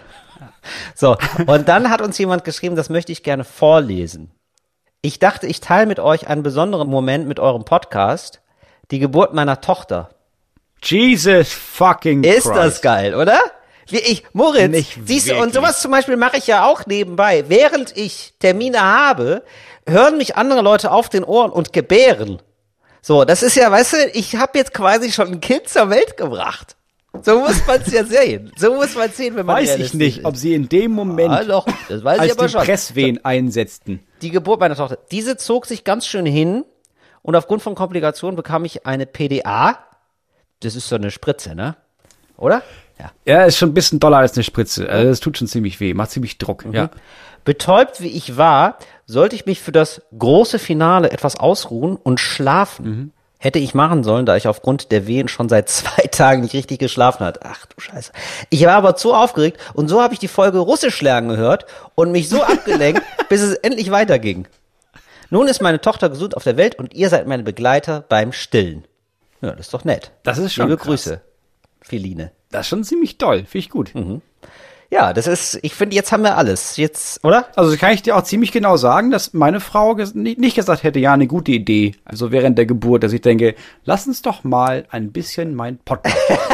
So, und dann hat uns jemand geschrieben, das möchte ich gerne vorlesen. Ich dachte, ich teile mit euch einen besonderen Moment mit eurem Podcast. Die Geburt meiner Tochter. Jesus fucking Christ. Ist das geil, oder? Moritz, nicht siehst du, und sowas zum Beispiel mache ich ja auch nebenbei. Während ich Termine habe, hören mich andere Leute auf den Ohren und gebären. So, das ist ja, weißt du, ich habe jetzt quasi schon ein Kind zur Welt gebracht. So muss man es ja sehen. So muss man es sehen, wenn man weiß ich nicht, ob sie in dem Moment doch, das weiß als ich aber die schon. Presswehen einsetzten. Die Geburt meiner Tochter, diese zog sich ganz schön hin und aufgrund von Komplikationen bekam ich eine PDA. Das ist so eine Spritze, ne? Oder? Ja, ist schon ein bisschen doller als eine Spritze. Also das tut schon ziemlich weh, macht ziemlich Druck. Ja. Betäubt wie ich war, sollte ich mich für das große Finale etwas ausruhen und schlafen. Hätte ich machen sollen, da ich aufgrund der Wehen schon seit 2 Tagen nicht richtig geschlafen hatte. Ach du Scheiße. Ich war aber zu aufgeregt und so habe ich die Folge Russisch lernen gehört und mich so abgelenkt, bis es endlich weiterging. Nun ist meine Tochter gesund auf der Welt und ihr seid meine Begleiter beim Stillen. Ja, das ist doch nett. Das ist schon Liebe krass. Grüße, Feline. Das ist schon ziemlich toll, finde ich gut. Ja, ich finde, jetzt haben wir alles. Jetzt, oder? Also kann ich dir auch ziemlich genau sagen, dass meine Frau nicht gesagt hätte, ja, eine gute Idee, also während der Geburt, dass ich denke, lass uns doch mal ein bisschen mein Podcast.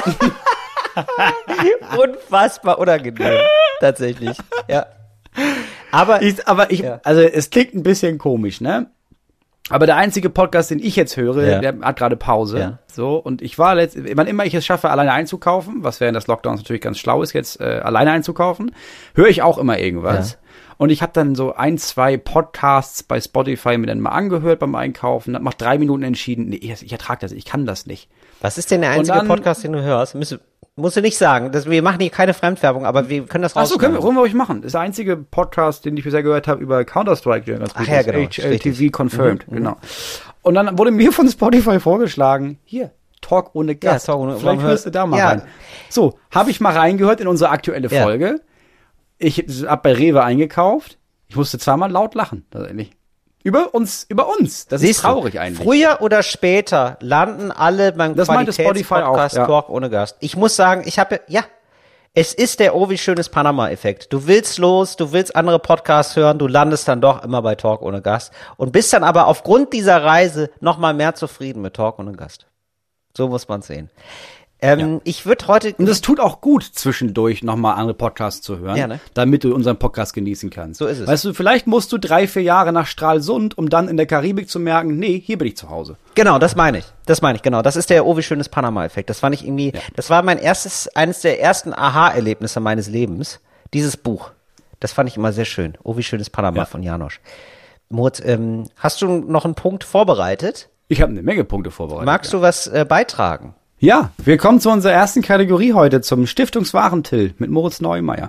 Unfassbar unangenehm, tatsächlich. Ja. Aber also es klingt ein bisschen komisch, ne? Aber der einzige Podcast, den ich jetzt höre, der hat gerade Pause. Ja. So, und ich war wann immer ich es schaffe, alleine einzukaufen, was während des Lockdowns natürlich ganz schlau ist, jetzt alleine einzukaufen, höre ich auch immer irgendwas. Ja. Und ich habe dann so 1, 2 Podcasts bei Spotify mir dann mal angehört beim Einkaufen, hab nach 3 Minuten entschieden, nee, ich ertrage das, ich kann das nicht. Was ist denn der einzige Podcast, den du hörst? Musst du nicht sagen. Wir machen hier keine Fremdwerbung, aber wir können das rausschneiden. Können wir ruhig machen. Das ist der einzige Podcast, den ich bisher gehört habe über Counter-Strike, der ganz gut ist. Genau. HLTV Confirmed, genau. Und dann wurde mir von Spotify vorgeschlagen, hier, Talk ohne Gast. Ja, Talk ohne, vielleicht hörst du da mal rein. So, habe ich mal reingehört in unsere aktuelle Folge. Ich habe bei Rewe eingekauft. Ich musste zweimal laut lachen, tatsächlich. Über uns. Das ist traurig eigentlich. Früher oder später landen alle beim Qualitätspodcast Talk ohne Gast. Ich muss sagen, es ist der wie schönes Panama-Effekt. Du willst andere Podcasts hören, du landest dann doch immer bei Talk ohne Gast und bist dann aber aufgrund dieser Reise noch mal mehr zufrieden mit Talk ohne Gast. So muss man sehen. Ich würde heute... Und es tut auch gut, zwischendurch nochmal andere Podcasts zu hören, damit du unseren Podcast genießen kannst. So ist es. Weißt du, vielleicht musst du 3-4 Jahre nach Stralsund, um dann in der Karibik zu merken, nee, hier bin ich zu Hause. Genau, das meine ich, genau. Das ist der wie schönes Panama-Effekt. Das fand ich irgendwie, das war eines der ersten Aha-Erlebnisse meines Lebens. Dieses Buch. Das fand ich immer sehr schön. Wie schönes Panama von Janosch. Moritz, hast du noch einen Punkt vorbereitet? Ich habe eine Menge Punkte vorbereitet. Magst du was beitragen? Ja, wir kommen zu unserer ersten Kategorie heute, zum Stiftungswarentil mit Moritz Neumeier.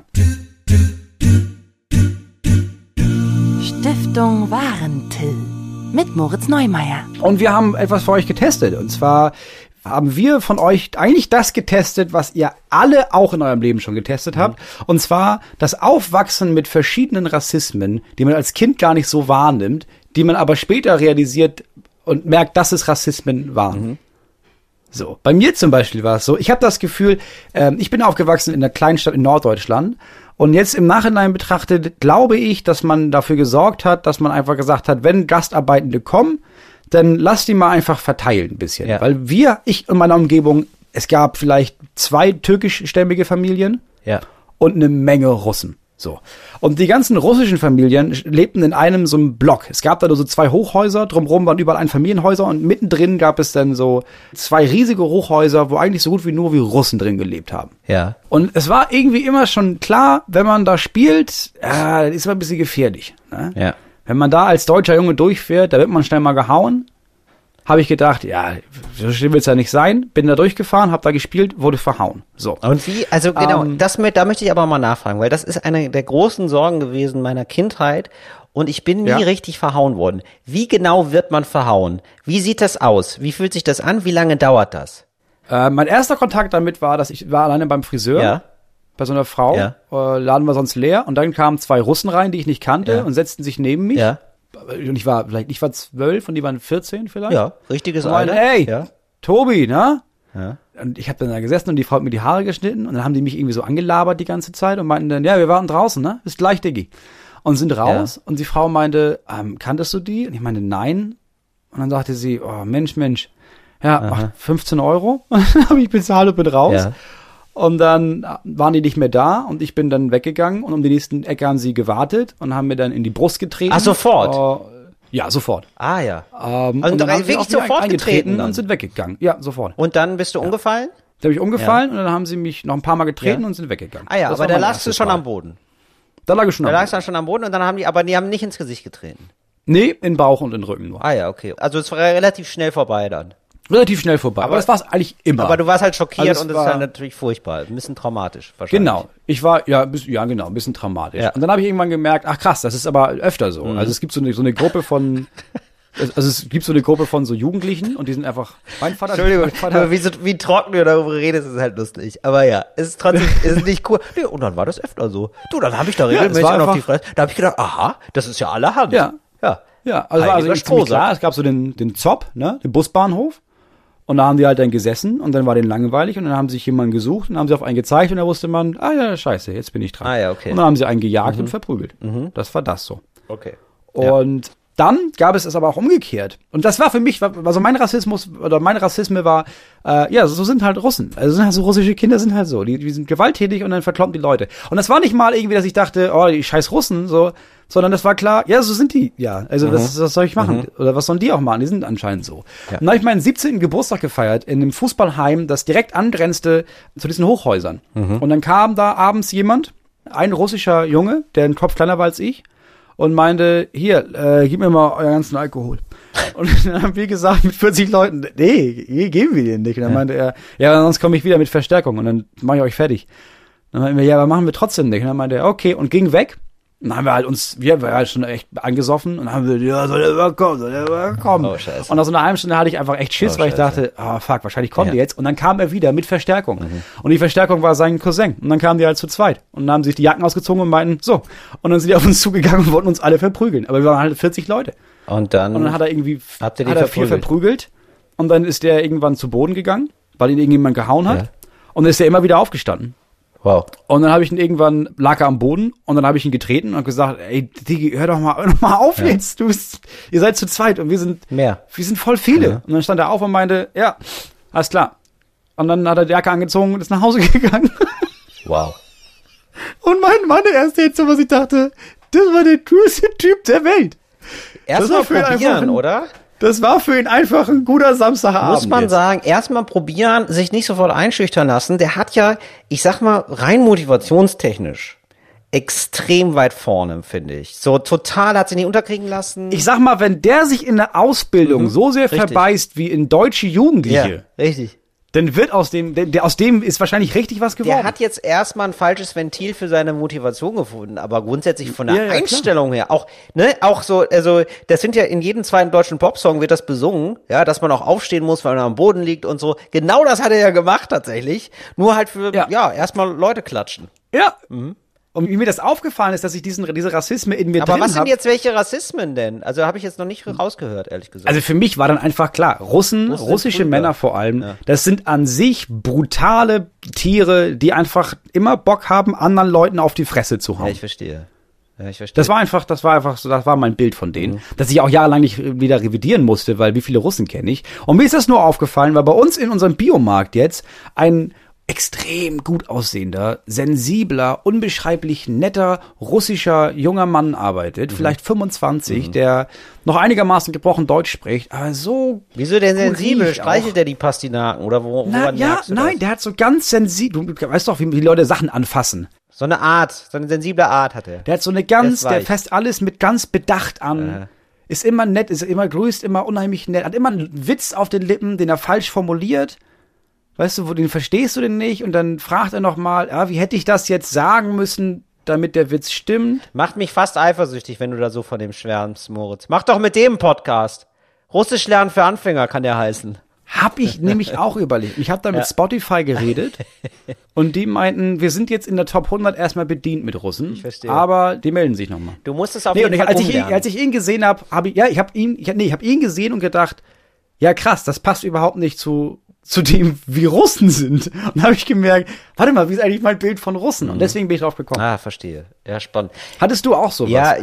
Stiftung Warentil mit Moritz Neumeier. Und wir haben etwas für euch getestet. Und zwar haben wir von euch eigentlich das getestet, was ihr alle auch in eurem Leben schon getestet habt. Und zwar das Aufwachsen mit verschiedenen Rassismen, die man als Kind gar nicht so wahrnimmt, die man aber später realisiert und merkt, dass es Rassismen waren. So, bei mir zum Beispiel war es so, ich habe das Gefühl, ich bin aufgewachsen in einer Kleinstadt in Norddeutschland und jetzt im Nachhinein betrachtet, glaube ich, dass man dafür gesorgt hat, dass man einfach gesagt hat, wenn Gastarbeitende kommen, dann lass die mal einfach verteilen ein bisschen. Ja. Weil ich in meiner Umgebung, es gab vielleicht 2 türkischstämmige Familien und eine Menge Russen. So. Und die ganzen russischen Familien lebten in einem so einem Block. Es gab da so 2 Hochhäuser, drumherum waren überall Einfamilienhäuser und mittendrin gab es dann so 2 riesige Hochhäuser, wo eigentlich so gut wie nur wie Russen drin gelebt haben. Ja. Und es war irgendwie immer schon klar, wenn man da spielt, das ist immer ein bisschen gefährlich. Ne? Ja. Wenn man da als deutscher Junge durchfährt, da wird man schnell mal gehauen. Habe ich gedacht, ja, so schlimm wird's ja nicht sein. Bin da durchgefahren, habe da gespielt, wurde verhauen. So. Und wie, also genau, da möchte ich aber mal nachfragen, weil das ist eine der großen Sorgen gewesen meiner Kindheit und ich bin nie richtig verhauen worden. Wie genau wird man verhauen? Wie sieht das aus? Wie fühlt sich das an? Wie lange dauert das? Mein erster Kontakt damit war, dass ich war alleine beim Friseur. Bei so einer Frau. Laden war sonst leer und dann kamen 2 Russen rein, die ich nicht kannte und setzten sich neben mich. Ja. Und ich war 12 und die waren 14 vielleicht. Ja, richtiges Alter. Hey, Tobi, ne? Ja. Und ich habe dann da gesessen und die Frau hat mir die Haare geschnitten und dann haben die mich irgendwie so angelabert die ganze Zeit und meinten dann, ja, wir warten draußen, ne? Bis gleich, Diggi. Und sind raus und die Frau meinte, kanntest du die? Und ich meinte, nein. Und dann sagte sie, oh, Mensch, ja, 15 €. Und dann habe ich bezahlt und bin raus. Ja. Und dann waren die nicht mehr da und ich bin dann weggegangen und um die nächsten Ecke haben sie gewartet und haben mir dann in die Brust getreten. Ach, sofort? Ja, sofort. Ah, ja. Und dann haben sie auch sofort getreten und sind weggegangen. Ja, sofort. Und dann bist du umgefallen? Da habe ich umgefallen und dann haben sie mich noch ein paar Mal getreten und sind weggegangen. Ah ja, aber da lagst du schon am Boden. Da lag ich schon am Boden. Da lagst du schon am Boden und dann haben die haben nicht ins Gesicht getreten. Nee, in Bauch und in Rücken nur. Ah ja, okay. Also es war relativ schnell vorbei dann. Relativ schnell vorbei, aber das war es eigentlich immer. Aber du warst halt schockiert und das ist halt natürlich furchtbar, ein bisschen traumatisch wahrscheinlich. Genau, ich war, ein bisschen traumatisch. Ja. Und dann habe ich irgendwann gemerkt, ach krass, das ist aber öfter so. Also es gibt so eine Gruppe von, so Jugendlichen und die sind einfach, Entschuldigung, wie trocken du darüber redest, ist halt lustig. Aber ja, es ist trotzdem, es ist nicht cool. Nee, und dann war das öfter so. Du, dann habe ich da regelmäßig auf die Fresse, da habe ich gedacht, aha, das ist ja allerhand. Ja, also ziemlich klar, es gab so den ZOP, ne, den Busbahnhof. Und da haben die halt dann gesessen und dann war denen langweilig und dann haben sie sich jemanden gesucht und haben sie auf einen gezeigt und da wusste man, scheiße, jetzt bin ich dran. Ah ja, okay. Und dann haben sie einen gejagt und verprügelt. Das war das so. Okay. Und dann gab es aber auch umgekehrt. Und das war für mich, also mein Rassismus oder meine Rassisme war, so sind halt Russen. Also so russische Kinder sind halt so. Die sind gewalttätig und dann verkloppen die Leute. Und das war nicht mal irgendwie, dass ich dachte, oh, die scheiß Russen, so, sondern das war klar, ja, so sind die, ja. Also was soll ich machen? Oder was sollen die auch machen? Die sind anscheinend so. Ja. Und dann habe ich meinen 17. Geburtstag gefeiert in einem Fußballheim, das direkt angrenzte zu diesen Hochhäusern. Und dann kam da abends jemand, ein russischer Junge, der einen Kopf kleiner war als ich, und meinte, hier, gib mir mal euren ganzen Alkohol. Und dann haben wir gesagt, mit 40 Leuten, nee, geben wir den nicht. Und dann meinte er, ja, sonst komme ich wieder mit Verstärkung und dann mache ich euch fertig. Dann meinten wir, ja, aber machen wir trotzdem nicht. Und dann meinte er, okay, und ging weg. Und dann haben wir waren halt schon echt angesoffen und haben wir, ja, soll der überkommen. Oh, scheiße. Und nach so einer halben Stunde hatte ich einfach echt Schiss, weil ich dachte, fuck, wahrscheinlich kommt die jetzt. Und dann kam er wieder mit Verstärkung. Und die Verstärkung war sein Cousin. Und dann kamen die halt zu zweit. Und dann haben sich die Jacken ausgezogen und meinten, so. Und dann sind die auf uns zugegangen und wollten uns alle verprügeln. Aber wir waren halt 40 Leute. Und dann hat er irgendwie, habt ihr die 4 verprügelt. Und dann ist der irgendwann zu Boden gegangen, weil ihn irgendjemand gehauen hat. Ja. Und dann ist er immer wieder aufgestanden. Wow. Und dann habe ich ihn irgendwann, lag er am Boden und dann habe ich ihn getreten und gesagt, ey, Digi, hör doch mal auf jetzt. Ihr seid zu zweit und wir sind voll viele. Ja. Und dann stand er auf und meinte, ja, alles klar. Und dann hat er die Jacke angezogen und ist nach Hause gegangen. Wow. Und meine erste Hitze, was ich dachte, das war der coolste Typ der Welt. Erstmal probieren, oder? Das war für ihn einfach ein guter Samstagabend. Muss man sagen, erstmal probieren, sich nicht sofort einschüchtern lassen. Der hat ja, ich sag mal, rein motivationstechnisch extrem weit vorne, finde ich. So total hat sich nicht unterkriegen lassen. Ich sag mal, wenn der sich in der Ausbildung so sehr verbeißt wie in deutsche Jugendliche. Ja, richtig. Dann wird aus dem ist wahrscheinlich richtig was geworden. Der hat jetzt erstmal ein falsches Ventil für seine Motivation gefunden, aber grundsätzlich von der Einstellung her, auch so, also, das sind ja in jedem zweiten deutschen Popsong wird das besungen, ja, dass man auch aufstehen muss, weil man am Boden liegt und so. Genau das hat er ja gemacht tatsächlich. Nur halt für, erstmal Leute klatschen. Ja. Mhm. Und wie mir das aufgefallen ist, dass ich diese Rassismen in mir drin habe. Aber was sind jetzt welche Rassismen denn? Also habe ich jetzt noch nicht rausgehört, ehrlich gesagt. Also für mich war dann einfach klar, russische Männer vor allem, das sind an sich brutale Tiere, die einfach immer Bock haben, anderen Leuten auf die Fresse zu hauen. Ja, ich verstehe. Das war einfach so, das war mein Bild von denen, dass ich auch jahrelang nicht wieder revidieren musste, weil wie viele Russen kenne ich. Und mir ist das nur aufgefallen, weil bei uns in unserem Biomarkt jetzt ein extrem gut aussehender, sensibler, unbeschreiblich netter russischer junger Mann arbeitet, vielleicht 25, der noch einigermaßen gebrochen Deutsch spricht, aber so. Wieso denn sensibel? Streichelt der die Pastinaken oder woran merkst du das? Nein, der hat so ganz sensibel, du weißt doch, wie die Leute Sachen anfassen. So eine sensible Art hat er. Der hat so eine der fasst alles mit ganz Bedacht an. Ist immer nett, ist immer grüßt, immer unheimlich nett, hat immer einen Witz auf den Lippen, den er falsch formuliert. Weißt du, den verstehst du denn nicht? Und dann fragt er nochmal, wie hätte ich das jetzt sagen müssen, damit der Witz stimmt? Macht mich fast eifersüchtig, wenn du da so von dem schwärmst, Moritz. Mach doch mit dem einen Podcast. Russisch lernen für Anfänger kann der heißen. Hab ich nämlich auch überlegt. Ich habe da mit Spotify geredet und die meinten, wir sind jetzt in der Top 100 erstmal bedient mit Russen. Ich verstehe. Aber die melden sich nochmal. Du musst es auf jeden Fall umlernen. Als ich ihn gesehen habe, ich habe ihn gesehen und gedacht, ja krass, das passt überhaupt nicht zu dem, wie Russen sind. Und habe ich gemerkt, warte mal, wie ist eigentlich mein Bild von Russen? Und deswegen bin ich drauf gekommen. Ah, verstehe. Ja, spannend. Hattest du auch sowas? Ja,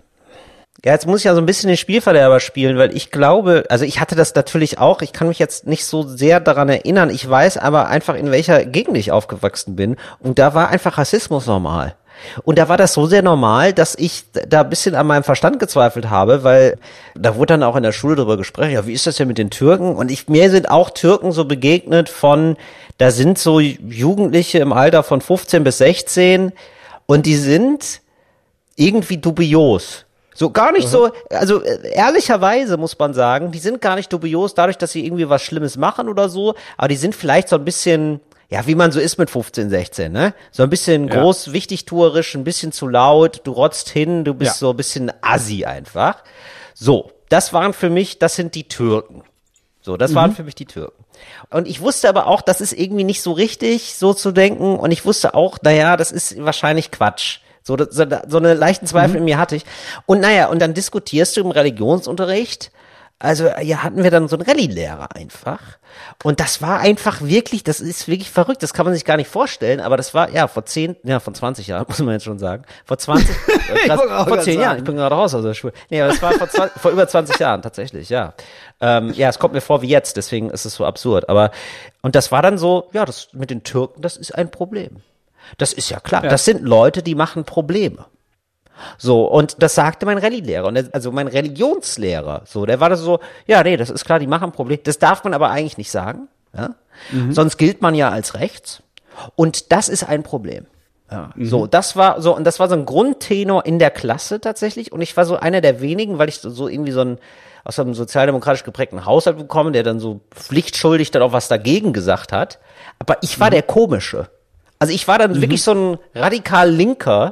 jetzt muss ich ja so ein bisschen den Spielverderber spielen, weil ich glaube, also ich hatte das natürlich auch, ich kann mich jetzt nicht so sehr daran erinnern, ich weiß aber einfach, in welcher Gegend ich aufgewachsen bin. Und da war einfach Rassismus normal. Und da war das so sehr normal, dass ich da ein bisschen an meinem Verstand gezweifelt habe, weil da wurde dann auch in der Schule drüber gesprochen, ja, wie ist das denn mit den Türken? Und mir sind auch Türken so begegnet da sind so Jugendliche im Alter von 15 bis 16 und die sind irgendwie dubios. So gar nicht so, also ehrlicherweise muss man sagen, die sind gar nicht dubios dadurch, dass sie irgendwie was Schlimmes machen oder so, aber die sind vielleicht so ein bisschen, ja, wie man so ist mit 15, 16, ne? So ein bisschen groß, wichtigtuerisch, ein bisschen zu laut, du rotzt hin, du bist so ein bisschen assi einfach. So, das sind die Türken. So, das waren für mich die Türken. Und ich wusste aber auch, das ist irgendwie nicht so richtig, so zu denken. Und ich wusste auch, das ist wahrscheinlich Quatsch. So eine leichten Zweifel in mir hatte ich. Und und dann diskutierst du im Religionsunterricht. Also, hatten wir dann so einen Rallye-Lehrer einfach. Und das war einfach wirklich, das ist wirklich verrückt. Das kann man sich gar nicht vorstellen. Aber das war, vor 20 Jahren, muss man jetzt schon sagen. Vor 20, vor 10 Jahren. Ich bin gerade raus aus der Schule. Nee, aber das war vor über 20 Jahren tatsächlich, ja. Es kommt mir vor wie jetzt, deswegen ist es so absurd. Und das war dann so, das mit den Türken, das ist ein Problem. Das ist ja klar. Ja. Das sind Leute, die machen Probleme. So, und das sagte mein Rallye-Lehrer, also mein Religionslehrer, so, der war das so, das ist klar, die machen Probleme, das darf man aber eigentlich nicht sagen, ja, sonst gilt man ja als rechts, und das ist ein Problem, ja, so, das war so ein Grundtenor in der Klasse tatsächlich, und ich war so einer der wenigen, weil ich so irgendwie aus einem sozialdemokratisch geprägten Haushalt bekomme, der dann so pflichtschuldig dann auch was dagegen gesagt hat, aber ich war der Komische, also ich war dann wirklich so ein radikal Linker,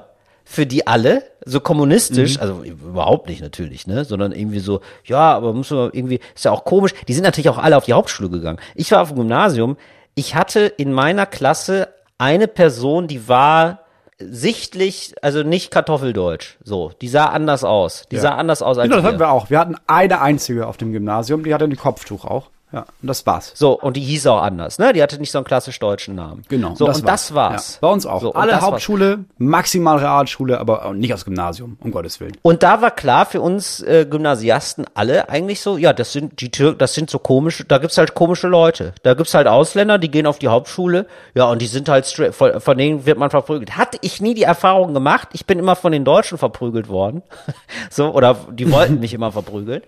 für die alle, so kommunistisch, also überhaupt nicht natürlich, ne, sondern irgendwie so, ja, aber muss man irgendwie, ist ja auch komisch, die sind natürlich auch alle auf die Hauptschule gegangen. Ich war auf dem Gymnasium, ich hatte in meiner Klasse eine Person, die war sichtlich, also nicht Kartoffeldeutsch, so, die sah anders aus, als das hatten wir auch. Wir hatten eine einzige auf dem Gymnasium, die hatte ein Kopftuch auch. Ja, und das war's. So, und die hieß auch anders, ne? Die hatte nicht so einen klassisch deutschen Namen. Genau. So, und das war's. Ja, bei uns auch. So, alle Hauptschule, maximal Realschule, aber nicht aus Gymnasium, um Gottes Willen. Und da war klar für uns Gymnasiasten alle eigentlich so, ja, das sind die Türken, das sind so komische, da gibt's halt komische Leute. Da gibt's halt Ausländer, die gehen auf die Hauptschule, ja, und die sind halt von denen wird man verprügelt. Hatte ich nie die Erfahrung gemacht, ich bin immer von den Deutschen verprügelt worden. So, oder die wollten mich immer verprügeln.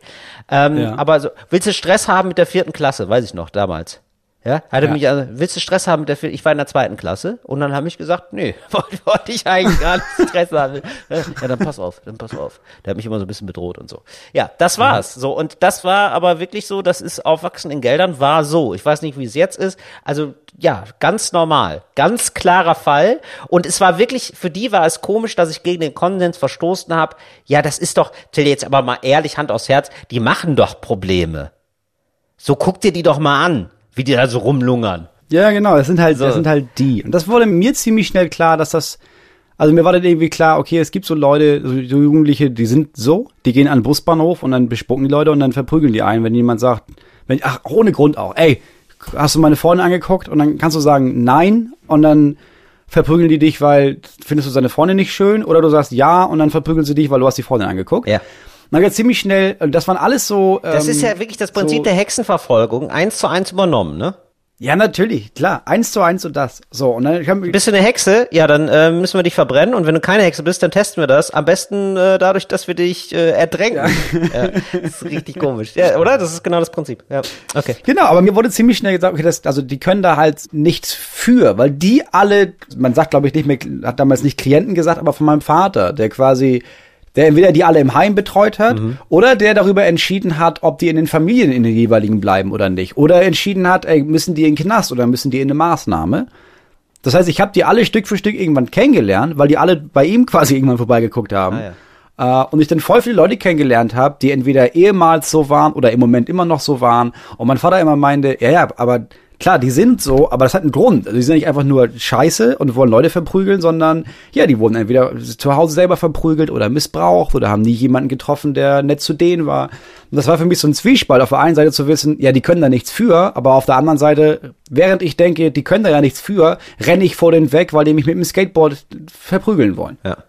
Aber so, willst du Stress haben mit der 4. Klasse, weiß ich noch, damals. Ja, willst du Stress haben mit der 4. Ich war in der 2. Klasse und dann habe ich gesagt, nee, wollte ich eigentlich gar nicht Stress haben. Ja, dann pass auf. Der hat mich immer so ein bisschen bedroht und so. Ja, das war's. So, und das war aber wirklich so, das ist Aufwachsen in Geldern war so. Ich weiß nicht, wie es jetzt ist. Also, ja, ganz normal. Ganz klarer Fall. Und es war wirklich, für die war es komisch, dass ich gegen den Konsens verstoßen habe. Ja, das ist doch, Till, jetzt aber mal ehrlich, Hand aufs Herz, die machen doch Probleme. So, guck dir die doch mal an, wie die da so rumlungern. Ja, genau, das sind halt die. Und das wurde mir ziemlich schnell klar, dass das, also mir war dann irgendwie klar, okay, es gibt so Leute, so Jugendliche, die sind so, die gehen an den Busbahnhof und dann bespucken die Leute und dann verprügeln die einen, wenn jemand sagt, ohne Grund auch, ey, hast du meine Freundin angeguckt? Und dann kannst du sagen, nein, und dann verprügeln die dich, weil, findest du seine Freundin nicht schön? Oder du sagst ja, und dann verprügeln sie dich, weil du hast die Freundin angeguckt. Ja. Man geht ziemlich schnell, das waren alles so. Das ist ja wirklich das Prinzip der Hexenverfolgung, 1:1 übernommen, ne? Ja, natürlich, klar, 1:1 und das. So, und dann bist du eine Hexe? Ja, dann müssen wir dich verbrennen und wenn du keine Hexe bist, dann testen wir das. Am besten dadurch, dass wir dich ertränken. Ja. Das ist richtig komisch. Ja, oder? Das ist genau das Prinzip. Ja. Okay. Genau, aber mir wurde ziemlich schnell gesagt, okay, also die können da halt nichts für, weil die alle, man sagt, glaube ich, nicht mehr, hat damals nicht Klienten gesagt, aber von meinem Vater, der entweder die alle im Heim betreut hat oder der darüber entschieden hat, ob die in den Familien in den jeweiligen bleiben oder nicht. Oder entschieden hat, ey, müssen die in den Knast oder müssen die in eine Maßnahme. Das heißt, ich habe die alle Stück für Stück irgendwann kennengelernt, weil die alle bei ihm quasi irgendwann vorbeigeguckt haben. Und ich dann voll viele Leute kennengelernt habe, die entweder ehemals so waren oder im Moment immer noch so waren. Und mein Vater immer meinte, ja, aber klar, die sind so, aber das hat einen Grund. Also die sind nicht einfach nur scheiße und wollen Leute verprügeln, sondern ja, die wurden entweder zu Hause selber verprügelt oder missbraucht oder haben nie jemanden getroffen, der nett zu denen war. Und das war für mich so ein Zwiespalt. Auf der einen Seite zu wissen, ja, die können da nichts für, aber auf der anderen Seite, während ich denke, die können da ja nichts für, renne ich vor denen weg, weil die mich mit dem Skateboard verprügeln wollen. Ja.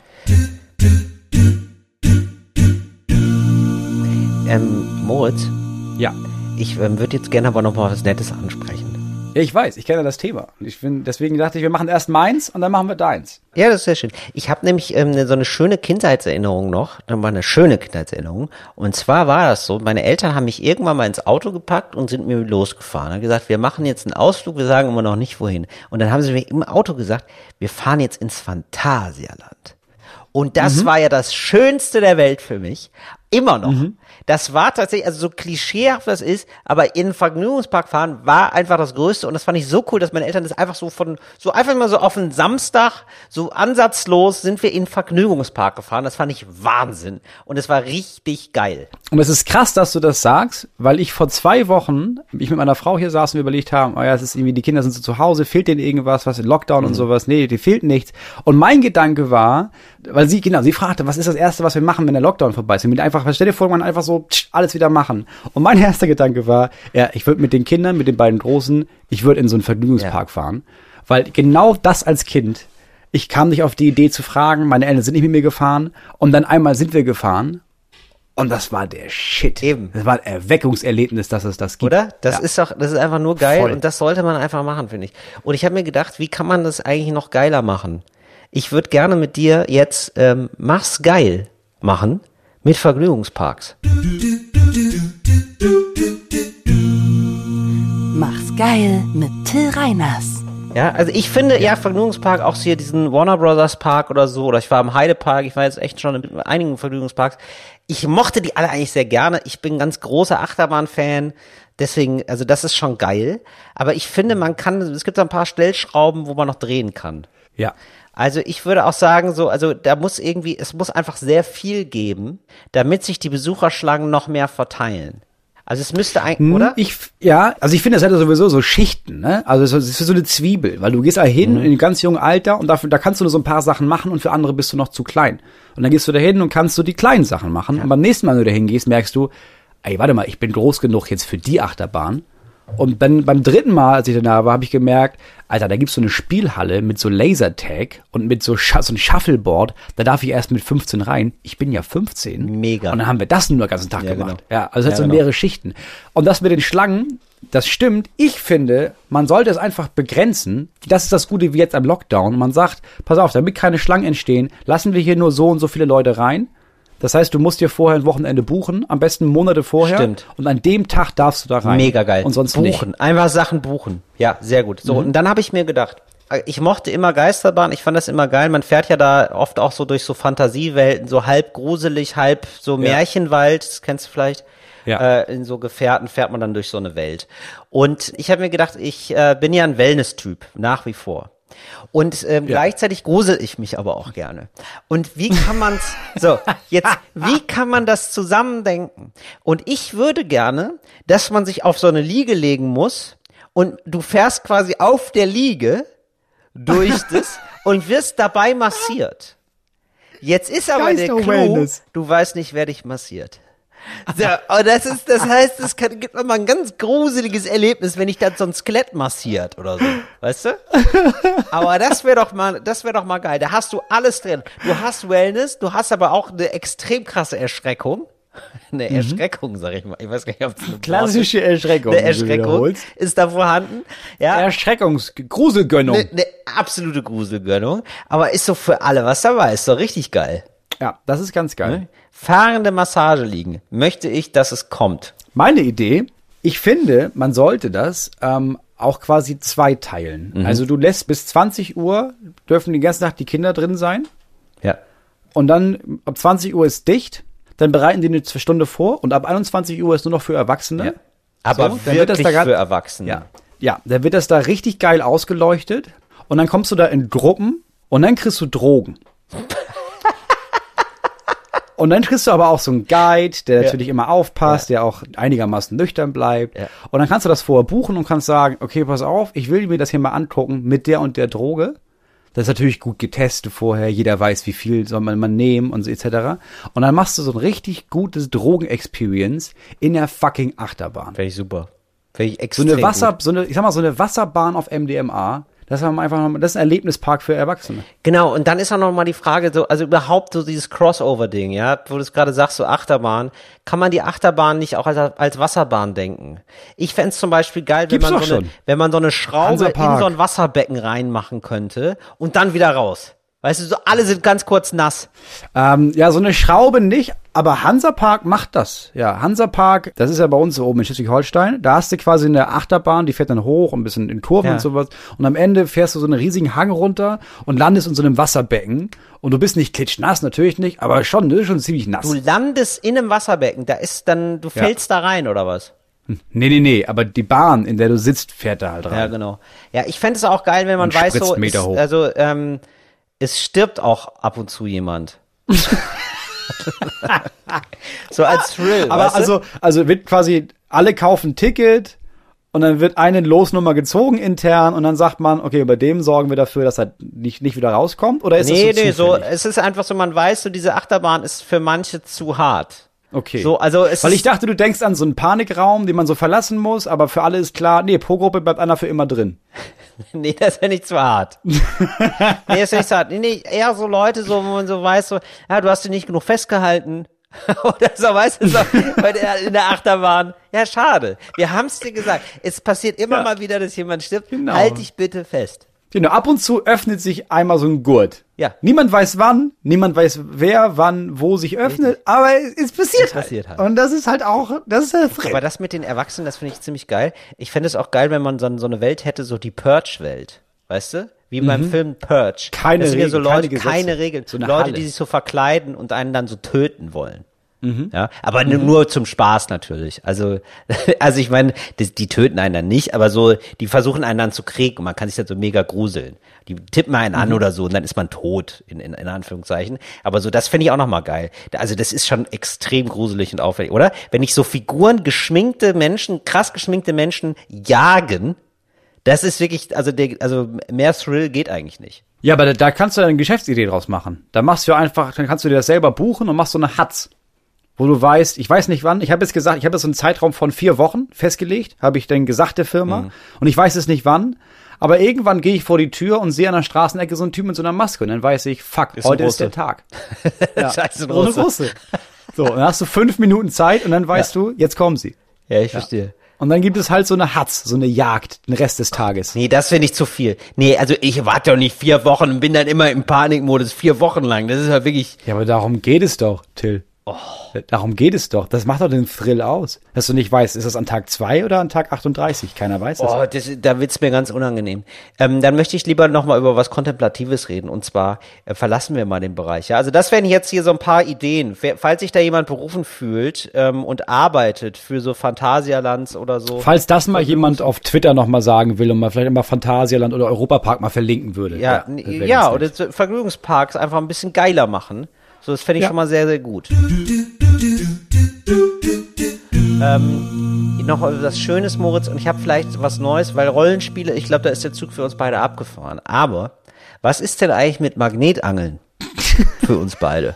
Moritz? Ja. Ich würde jetzt gerne aber noch mal was Nettes ansprechen. Ja, ich weiß, ich kenne das Thema. Deswegen dachte ich, wir machen erst meins und dann machen wir deins. Ja, das ist sehr schön. Ich habe nämlich so eine schöne Kindheitserinnerung noch. Dann war eine schöne Kindheitserinnerung. Und zwar war das so, meine Eltern haben mich irgendwann mal ins Auto gepackt und sind mir losgefahren. Haben gesagt, wir machen jetzt einen Ausflug, wir sagen immer noch nicht wohin. Und dann haben sie mir im Auto gesagt, wir fahren jetzt ins Phantasialand. Und das war ja das Schönste der Welt für mich. Immer noch. Das war tatsächlich, also so klischeehaft das ist, aber in den Vergnügungspark fahren war einfach das Größte und das fand ich so cool, dass meine Eltern das einfach so einfach mal so auf einen Samstag, so ansatzlos sind wir in den Vergnügungspark gefahren. Das fand ich Wahnsinn und es war richtig geil. Und es ist krass, dass du das sagst, weil ich vor 2 Wochen, ich mit meiner Frau hier saß und wir überlegt haben, oh ja, es ist irgendwie, die Kinder sind so zu Hause, fehlt denen irgendwas, was in Lockdown und sowas? Nee, dir fehlt nichts. Und mein Gedanke war, weil sie fragte, was ist das Erste, was wir machen, wenn der Lockdown vorbei ist? Stell dir vor, man einfach so alles wieder machen. Und mein erster Gedanke war, ja, ich würde mit den Kindern, mit den beiden Großen, ich würde in so einen Vergnügungspark fahren. Weil genau das als Kind, ich kam nicht auf die Idee zu fragen, meine Eltern sind nicht mit mir gefahren und dann einmal sind wir gefahren und das war der Shit. Eben. Das war ein Erweckungserlebnis, dass es das gibt. Oder? Das ist einfach nur geil und das sollte man einfach machen, finde ich. Und ich habe mir gedacht, wie kann man das eigentlich noch geiler machen? Ich würde gerne mit dir jetzt Mach's geil machen. Mit Vergnügungsparks. Mach's geil mit Till Reiners. Ja, also ich finde, ja, Vergnügungspark, auch hier diesen Warner Brothers Park oder so, oder ich war im Heidepark, ich war jetzt echt schon in einigen Vergnügungsparks. Ich mochte die alle eigentlich sehr gerne. Ich bin ein ganz großer Achterbahn-Fan. Deswegen, also das ist schon geil. Aber ich finde, es gibt so ein paar Stellschrauben, wo man noch drehen kann. Ja. Also ich würde auch sagen, es muss einfach sehr viel geben, damit sich die Besucherschlangen noch mehr verteilen. Also es müsste eigentlich, oder? Ich finde, das hat ja sowieso so Schichten, ne? Also es ist so eine Zwiebel, weil du gehst da hin in einem ganz jungen Alter und da kannst du nur so ein paar Sachen machen und für andere bist du noch zu klein. Und dann gehst du da hin und kannst so die kleinen Sachen machen. Ja. Und beim nächsten Mal, wenn du da hingehst, merkst du, ey, warte mal, ich bin groß genug jetzt für die Achterbahn. Und dann beim dritten Mal, als ich da war, habe ich gemerkt, Alter, da gibt's so eine Spielhalle mit so Lasertag und mit so ein Shuffleboard. Da darf ich erst mit 15 rein. Ich bin ja 15. Mega. Und dann haben wir das nur den ganzen Tag gemacht. Genau. Ja, also es hat so mehrere Schichten. Und das mit den Schlangen, das stimmt. Ich finde, man sollte es einfach begrenzen. Das ist das Gute wie jetzt am Lockdown. Man sagt, pass auf, damit keine Schlangen entstehen, lassen wir hier nur so und so viele Leute rein. Das heißt, du musst dir vorher ein Wochenende buchen, am besten Monate vorher. Stimmt. Und an dem Tag darfst du da rein. Mega geil. Und sonst buchen. nicht. Einfach Sachen buchen. Ja, sehr gut. So, und dann habe ich mir gedacht, ich mochte immer Geisterbahn, ich fand das immer geil. Man fährt ja da oft auch so durch so Fantasiewelten, so halb gruselig, halb so Märchenwald, das kennst du vielleicht. Ja. In so Gefährten fährt man dann durch so eine Welt. Und ich habe mir gedacht, ich bin ja ein Wellness-Typ, nach wie vor. Und gleichzeitig grusel ich mich aber auch gerne. Und wie kann wie kann man das zusammendenken? Und ich würde gerne, dass man sich auf so eine Liege legen muss und du fährst quasi auf der Liege durch das und wirst dabei massiert. Jetzt ist aber der Clou, du weißt nicht, wer dich massiert. So, und das heißt, es gibt nochmal ein ganz gruseliges Erlebnis, wenn ich dann so ein Skelett massiert oder so, weißt du? Aber das wäre doch mal geil. Da hast du alles drin. Du hast Wellness, du hast aber auch eine extrem krasse Erschreckung. Eine Erschreckung, sag ich mal. Ich weiß gar nicht, ob es eine klassische Erschreckung. Eine Erschreckung ist da vorhanden. Ja. Gruselgönnung. Eine absolute Gruselgönnung. Aber ist so für alle was dabei. Ist doch richtig geil. Ja, das ist ganz geil. Fahrende Massage liegen. Möchte ich, dass es kommt. Meine Idee, ich finde, man sollte das auch quasi zweiteilen. Also du lässt bis 20 Uhr, dürfen die ganze Nacht die Kinder drin sein. Ja. Und dann ab 20 Uhr ist dicht. Dann bereiten die eine Stunde vor und ab 21 Uhr ist nur noch für Erwachsene. Ja. Aber so, wirklich für Erwachsene. Ja, dann wird das da richtig geil ausgeleuchtet und dann kommst du da in Gruppen und dann kriegst du Drogen. Und dann kriegst du aber auch so einen Guide, der natürlich immer aufpasst, der auch einigermaßen nüchtern bleibt. Ja. Und dann kannst du das vorher buchen und kannst sagen, okay, pass auf, ich will mir das hier mal angucken mit der und der Droge. Das ist natürlich gut getestet vorher, jeder weiß, wie viel soll man nehmen und so etc. Und dann machst du so ein richtig gutes Drogen-Experience in der fucking Achterbahn. Finde ich super. Finde ich extrem so eine Wasserbahn auf MDMA. Das ist ein Erlebnispark für Erwachsene. Genau, und dann ist auch noch mal die Frage, also überhaupt so dieses Crossover-Ding, ja, wo du es gerade sagst, so Achterbahn, kann man die Achterbahn nicht auch als Wasserbahn denken? Ich fände es zum Beispiel geil, wenn man so eine Schraube in so ein Wasserbecken reinmachen könnte und dann wieder raus. Weißt du, so alle sind ganz kurz nass. So eine Schraube nicht, aber Hansapark macht das. Ja, Hansapark, das ist ja bei uns so oben in Schleswig-Holstein. Da hast du quasi eine Achterbahn, die fährt dann hoch, ein bisschen in Kurven und sowas. Und am Ende fährst du so einen riesigen Hang runter und landest in so einem Wasserbecken. Und du bist nicht klitschnass, natürlich nicht, aber schon ziemlich nass. Du landest in einem Wasserbecken, du fällst da rein, oder was? Nee, aber die Bahn, in der du sitzt, fährt da halt rein. Ja, genau. Ja, ich fände es auch geil, wenn man weiß, es stirbt auch ab und zu jemand. So als Thrill. Aber also wird quasi, alle kaufen ein Ticket und dann wird eine Losnummer gezogen intern und dann sagt man, okay, bei dem sorgen wir dafür, dass er nicht wieder rauskommt? Oder ist das so zufällig? Es ist einfach so, man weiß, so diese Achterbahn ist für manche zu hart. Okay. So, also weil ich dachte, du denkst an so einen Panikraum, den man so verlassen muss, aber für alle ist klar, pro Gruppe bleibt einer für immer drin. Nee, das wäre nicht zu hart. Nee, das wäre nicht zu hart. Nee, eher so Leute, so, wo man so weiß, so, ja, du hast dich nicht genug festgehalten. Oder so, weißt du, so, in der Achterbahn. Ja, schade. Wir haben es dir gesagt. Es passiert immer mal wieder, dass jemand stirbt. Genau. Halt dich bitte fest. Genau, ab und zu öffnet sich einmal so ein Gurt. Ja. Niemand weiß wann, niemand weiß wer, wann, wo sich öffnet, aber es passiert halt. Und das ist halt frech. Aber das mit den Erwachsenen, das finde ich ziemlich geil. Ich fände es auch geil, wenn man so eine Welt hätte, so die Purge-Welt. Weißt du? Wie beim Film Purge. Keine Regeln. Keine Regeln. So Leute, die sich so verkleiden und einen dann so töten wollen. Ja, aber nur zum Spaß natürlich. Also ich meine, die töten einen dann nicht, aber so, die versuchen einen dann zu kriegen und man kann sich dann so mega gruseln. Die tippen einen an oder so und dann ist man tot, in Anführungszeichen. Aber so, das finde ich auch nochmal geil. Also das ist schon extrem gruselig und aufwendig, oder? Wenn ich so Figuren, krass geschminkte Menschen jagen, das ist wirklich, also mehr Thrill geht eigentlich nicht. Ja, aber da kannst du eine Geschäftsidee draus machen. Dann kannst du dir das selber buchen und machst so eine Hatz. Wo du weißt, ich weiß nicht wann, ich habe jetzt so einen Zeitraum von 4 Wochen festgelegt, habe ich dann gesagt der Firma, und ich weiß es nicht wann, aber irgendwann gehe ich vor die Tür und sehe an der Straßenecke so einen Typ mit so einer Maske und dann weiß ich, fuck, heute ist der Tag. Ja, Scheiße, Russe. So, dann hast du 5 Minuten Zeit und dann weißt du, jetzt kommen sie. Ja, ich verstehe. Und dann gibt es halt so eine Hatz, so eine Jagd, den Rest des Tages. Nee, das finde ich zu viel. Nee, also ich warte doch nicht 4 Wochen und bin dann immer im Panikmodus 4 Wochen lang. Das ist halt wirklich... Ja, aber darum geht es doch, Till. Darum geht es doch. Das macht doch den Thrill aus. Dass du nicht weißt, ist das an Tag 2 oder an Tag 38? Keiner weiß es. Da wird's mir ganz unangenehm. Dann möchte ich lieber nochmal über was Kontemplatives reden. Und zwar verlassen wir mal den Bereich. Ja? Also das wären jetzt hier so ein paar Ideen. Falls sich da jemand berufen fühlt und arbeitet für so Phantasialands oder so. Falls das mal jemand auf Twitter nochmal sagen will und mal vielleicht immer Phantasialand oder Europapark mal verlinken würde. Ja, oder Vergnügungsparks einfach ein bisschen geiler machen. So, das fände ich schon mal sehr, sehr gut. Noch was Schönes, Moritz, und ich habe vielleicht was Neues, weil Rollenspiele, ich glaube, da ist der Zug für uns beide abgefahren. Aber, was ist denn eigentlich mit Magnetangeln für uns beide?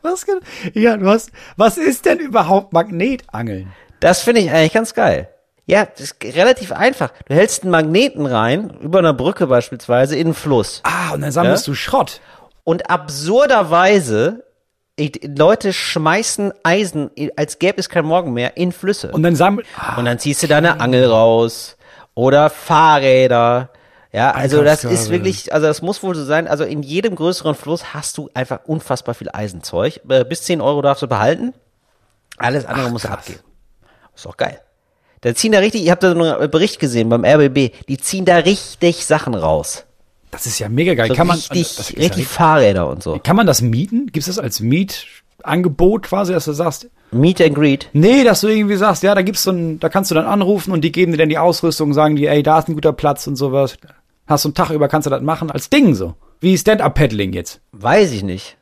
Was ist denn überhaupt Magnetangeln? Das finde ich eigentlich ganz geil. Ja, das ist relativ einfach. Du hältst einen Magneten rein, über einer Brücke beispielsweise, in einen Fluss. Und dann sammelst du Schrott. Und absurderweise... Leute schmeißen Eisen, als gäbe es kein Morgen mehr, in Flüsse. Und dann und dann ziehst du deine Angel raus. Oder Fahrräder. Ja, also das ist wirklich, also das muss wohl so sein. Also in jedem größeren Fluss hast du einfach unfassbar viel Eisenzeug. Bis 10 Euro darfst du behalten. Alles andere musst du abgeben. Ist doch geil. Da ziehen da richtig, ich habe da so einen Bericht gesehen beim RBB, die ziehen da richtig Sachen raus. Das ist ja mega geil. So richtig Fahrräder und so. Kann man das mieten? Gibt es das als Mietangebot quasi, dass du sagst? Meet and Greet? Nee, dass du irgendwie sagst, ja, da kannst du dann anrufen und die geben dir dann die Ausrüstung, sagen die, ey, da ist ein guter Platz und sowas. Hast du einen Tag über, kannst du das machen als Ding so. Wie Stand-Up-Paddling jetzt. Weiß ich nicht.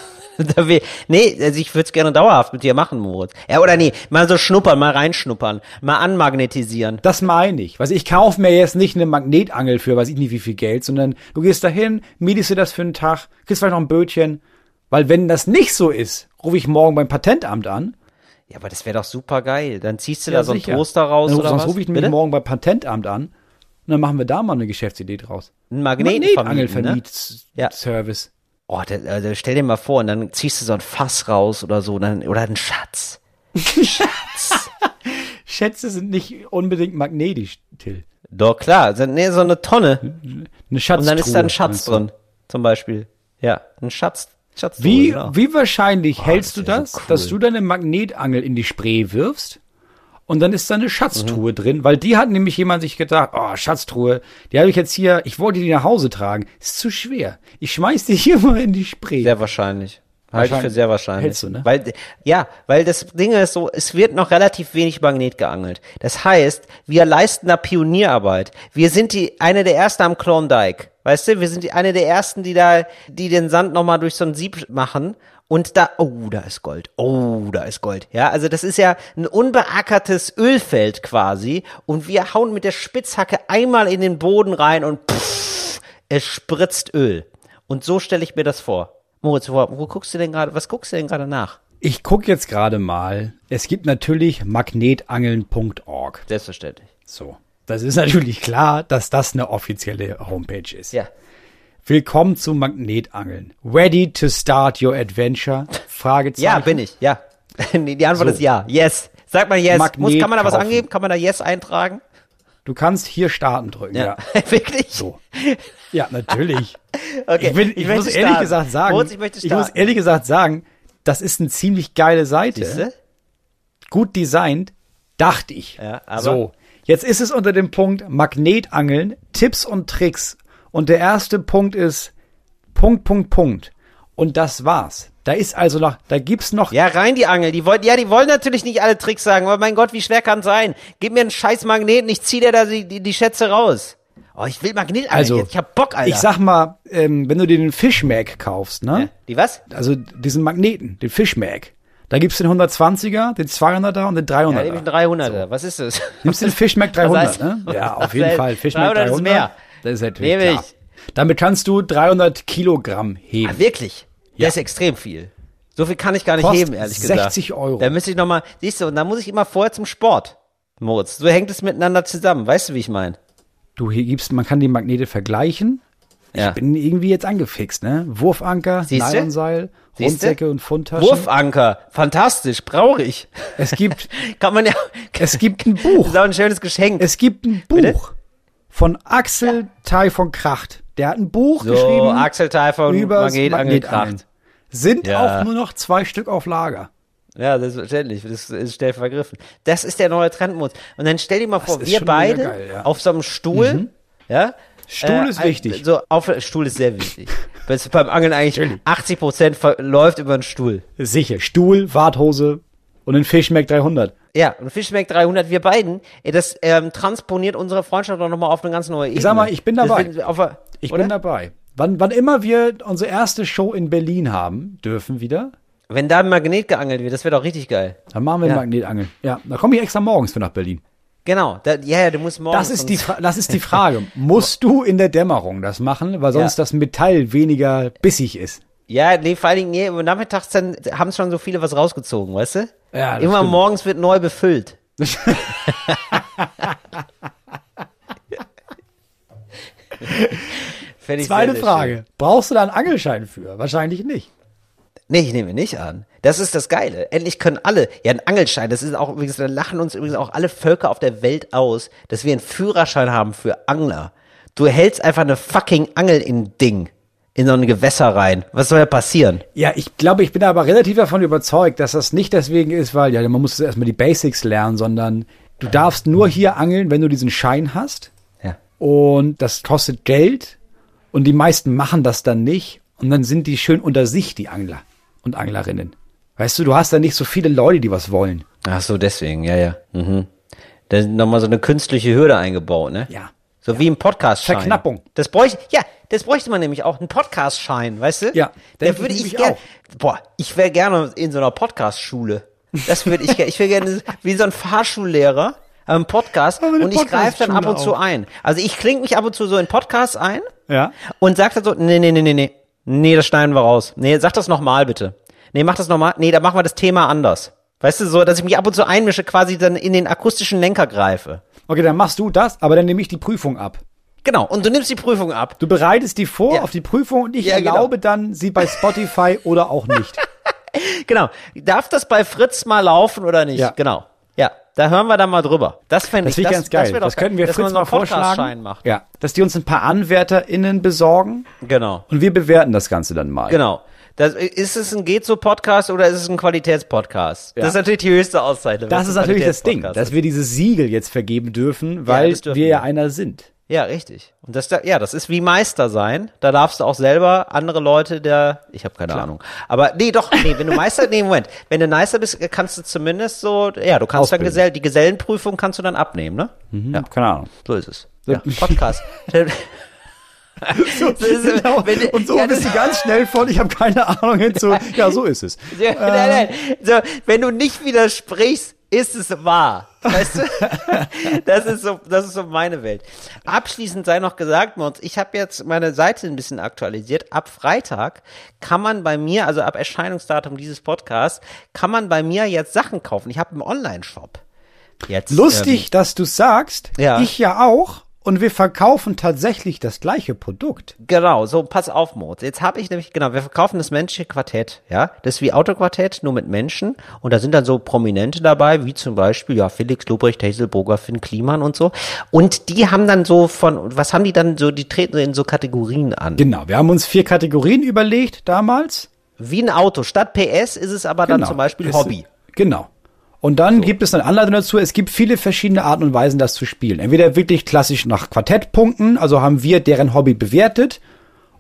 Nee, also ich würde es gerne dauerhaft mit dir machen, Moritz. Ja, oder nee, mal so schnuppern, mal reinschnuppern, mal anmagnetisieren. Das meine ich. Ich kaufe mir jetzt nicht eine Magnetangel für, weiß ich nicht wie viel Geld, sondern du gehst dahin, mietest dir das für einen Tag, kriegst vielleicht noch ein Bötchen. Weil wenn das nicht so ist, rufe ich morgen beim Patentamt an. Ja, aber das wäre doch super geil. Dann ziehst du da so einen Toaster raus oder was? Sonst rufe ich mich morgen beim Patentamt an und dann machen wir da mal eine Geschäftsidee draus. Ein Magnetangelvermiet-Service. Ne? Oh, also stell dir mal vor, und dann ziehst du so ein Fass raus oder so, oder einen Schatz. Schatz. Schätze sind nicht unbedingt magnetisch, Till. Doch, klar. Nee, so eine Tonne. Eine Schatztruhe. Und dann ist da ein Schatz drin, zum Beispiel. Ja, ein Schatztruhe. Wie wahrscheinlich hältst du das, so cool, dass du deine Magnetangel in die Spree wirfst? Und dann ist da eine Schatztruhe drin, weil die hat nämlich jemand sich gedacht, Schatztruhe, die habe ich jetzt hier, ich wollte die nach Hause tragen, ist zu schwer. Ich schmeiß die hier mal in die Spree. Sehr wahrscheinlich. Halte ich für sehr wahrscheinlich. Hältst du, ne? Weil das Ding ist so, es wird noch relativ wenig Magnet geangelt. Das heißt, wir leisten da Pionierarbeit. Wir sind eine der Ersten am Klondike. Weißt du, wir sind eine der Ersten, die den Sand nochmal durch so ein Sieb machen. Und da ist Gold. Da ist Gold. Ja, also das ist ja ein unbeackertes Ölfeld quasi. Und wir hauen mit der Spitzhacke einmal in den Boden rein und es spritzt Öl. Und so stelle ich mir das vor. Moritz, was guckst du denn gerade nach? Ich gucke jetzt gerade mal. Es gibt natürlich magnetangeln.org. Selbstverständlich. So. Das ist natürlich klar, dass das eine offizielle Homepage ist. Ja. Willkommen zu Magnetangeln. Ready to start your adventure? Fragezeichen. Ja, bin ich, ja. Die Antwort ist ja. Yes. Sag mal yes. Kann man da was angeben? Kann man da yes eintragen? Du kannst hier starten drücken, ja. Wirklich? So. Ja, natürlich. Okay. Ich muss ehrlich gesagt sagen, das ist eine ziemlich geile Seite. Siehste? Gut designt, dachte ich. Ja, aber so. Jetzt ist es unter dem Punkt Magnetangeln, Tipps und Tricks. Und der erste Punkt ist ... Und das war's. Da gibt's noch. Ja, rein die Angel. Die wollen natürlich nicht alle Tricks sagen, aber mein Gott, wie schwer kann's sein? Gib mir einen scheiß Magneten, ich zieh dir da die Schätze raus. Oh, ich will Magnetangeln jetzt. Ich hab Bock, Alter. Ich sag mal, wenn du dir den Fishmag kaufst, ne? Ja, die was? Also diesen Magneten, den Fishmag. Da gibt's den 120er, den 200er und den 300er. Ja, den 300er. So. Was ist das? Nimmst du den Fishmag 300, ne? Ja, auf jeden Fall. Fishmag 300. Ist mehr. Das ist natürlich klar. Damit kannst du 300 Kilogramm heben. Ah, wirklich? Ja. Das ist extrem viel. So viel kann ich gar nicht heben, ehrlich gesagt. 60 Euro. Da müsste ich nochmal, siehst du, und da muss ich immer vorher zum Sport, Moritz. So hängt es miteinander zusammen. Weißt du, wie ich meine? Man kann die Magnete vergleichen. Ich bin irgendwie jetzt angefixt, ne? Wurfanker, Nylonseil, Rundsäcke und Fundtaschen. Wurfanker, fantastisch, brauche ich. Es gibt, es gibt ein Buch. Das ist auch ein schönes Geschenk. Es gibt ein Buch von Axel Taifun Kracht. Der hat ein Buch geschrieben. Axel Taifun über Magnetangeln. Sind auch nur noch 2 Stück auf Lager. Ja, selbstverständlich. Das ist schnell vergriffen. Das ist der neue Trendmodus. Und dann stell dir mal vor, wir beide geil, auf so einem Stuhl, ja. Stuhl ist wichtig. Stuhl ist sehr wichtig. Beim Angeln eigentlich 80% läuft über den Stuhl. Sicher. Stuhl, Warthose und ein Fishmag 300. Ja, ein Fishmag 300, wir beiden, das transponiert unsere Freundschaft doch nochmal auf eine ganz neue Ebene. Ich sag mal, ich bin dabei. Ich bin dabei. Wann immer wir unsere erste Show in Berlin haben dürfen wieder. Wenn da ein Magnet geangelt wird, das wäre doch richtig geil. Dann machen wir ein Magnetangeln. Ja, da komme ich extra morgens für nach Berlin. Genau, du musst morgens. Das ist die Frage. Musst du in der Dämmerung das machen, weil sonst das Metall weniger bissig ist? Ja, nee, vor allen Dingen, nachmittags dann haben schon so viele was rausgezogen, weißt du? Ja, immer stimmt. Morgens wird neu befüllt. Zweite Frage. Schön. Brauchst du da einen Angelschein für? Wahrscheinlich nicht. Nee, ich nehme nicht an. Das ist das Geile. Endlich können alle, einen Angelschein, das ist auch übrigens, da lachen uns übrigens auch alle Völker auf der Welt aus, dass wir einen Führerschein haben für Angler. Du hältst einfach eine fucking Angel in Ding, in so ein Gewässer rein. Was soll da passieren? Ja, ich glaube, ich bin aber relativ davon überzeugt, dass das nicht deswegen ist, weil, man muss erstmal die Basics lernen, sondern du darfst nur hier angeln, wenn du diesen Schein hast. Ja. Und das kostet Geld. Und die meisten machen das dann nicht. Und dann sind die schön unter sich, die Angler und Anglerinnen. Weißt du hast da nicht so viele Leute, die was wollen. Ach so, deswegen, ja. Mhm. Da ist nochmal so eine künstliche Hürde eingebaut, ne? Ja. So wie im Podcast-Schein. Verknappung. Das bräuchte man nämlich auch, einen Podcast-Schein, weißt du? Ja. Da würde ich gerne, ich wäre gerne in so einer Podcast-Schule. Das würde ich gerne. Ich wäre gerne wie so ein Fahrschullehrer am Podcast und ich greife dann ab und zu ein. Also ich klinge mich ab und zu so in Podcasts ein. Ja. Und sag dann so, nee, das schneiden wir raus. Nee, sag das nochmal bitte. Nee, mach das nochmal. Nee, da machen wir das Thema anders. Weißt du, so, dass ich mich ab und zu einmische, quasi dann in den akustischen Lenker greife. Okay, dann machst du das, aber dann nehme ich die Prüfung ab. Genau, und du nimmst die Prüfung ab. Du bereitest die vor auf die Prüfung und ich erlaube dann sie bei Spotify oder auch nicht. Genau. Darf das bei Fritz mal laufen oder nicht? Ja. Genau. Ja, da hören wir dann mal drüber. Das fände ich ganz geil. Das könnten wir Fritz mal vorschlagen. Macht. Ja, dass die uns ein paar AnwärterInnen besorgen. Genau. Und wir bewerten das Ganze dann mal. Genau. Ist es ein Geht-So-Podcast oder ist es ein Qualitätspodcast? Ja. Das ist natürlich die höchste Auszeichnung. Das ist natürlich das Ding, dass wir dieses Siegel jetzt vergeben dürfen, weil wir ja einer sind. Ja, richtig. Und das ist wie Meister sein. Da darfst du auch selber andere Leute, ich habe keine Ahnung. Aber wenn du Meister, wenn du Meister bist, kannst du zumindest so, du kannst dann die Gesellenprüfung kannst du dann abnehmen, ne? Mhm, ja, keine Ahnung. So ist es. Ja, Podcast. Genau. Und so bist du ganz schnell von, ich habe keine Ahnung hinzu, ja, so ist es. Nein. So, wenn du nicht widersprichst, ist es wahr. Weißt du? Das ist so meine Welt. Abschließend sei noch gesagt, Moritz, ich habe jetzt meine Seite ein bisschen aktualisiert. Ab Freitag kann man bei mir, also ab Erscheinungsdatum dieses Podcasts, kann man bei mir jetzt Sachen kaufen. Ich habe einen Online-Shop. Jetzt, lustig, dass du sagst. Ja. Ich ja auch. Und wir verkaufen tatsächlich das gleiche Produkt. Genau, so, pass auf, Moritz. Jetzt habe ich nämlich, wir verkaufen das menschliche Quartett, ja. Das ist wie Autoquartett, nur mit Menschen. Und da sind dann so Prominente dabei, wie zum Beispiel, Felix Lobrecht, Hazel Burger, Finn Kliman und so. Und die haben dann so was haben die dann so, die treten in so Kategorien an. Genau, wir haben uns 4 Kategorien überlegt damals. Wie ein Auto. Statt PS ist es aber dann zum Beispiel Hobby. Genau. Und dann gibt es eine Anleitung dazu. Es gibt viele verschiedene Arten und Weisen, das zu spielen. Entweder wirklich klassisch nach Quartettpunkten, also haben wir deren Hobby bewertet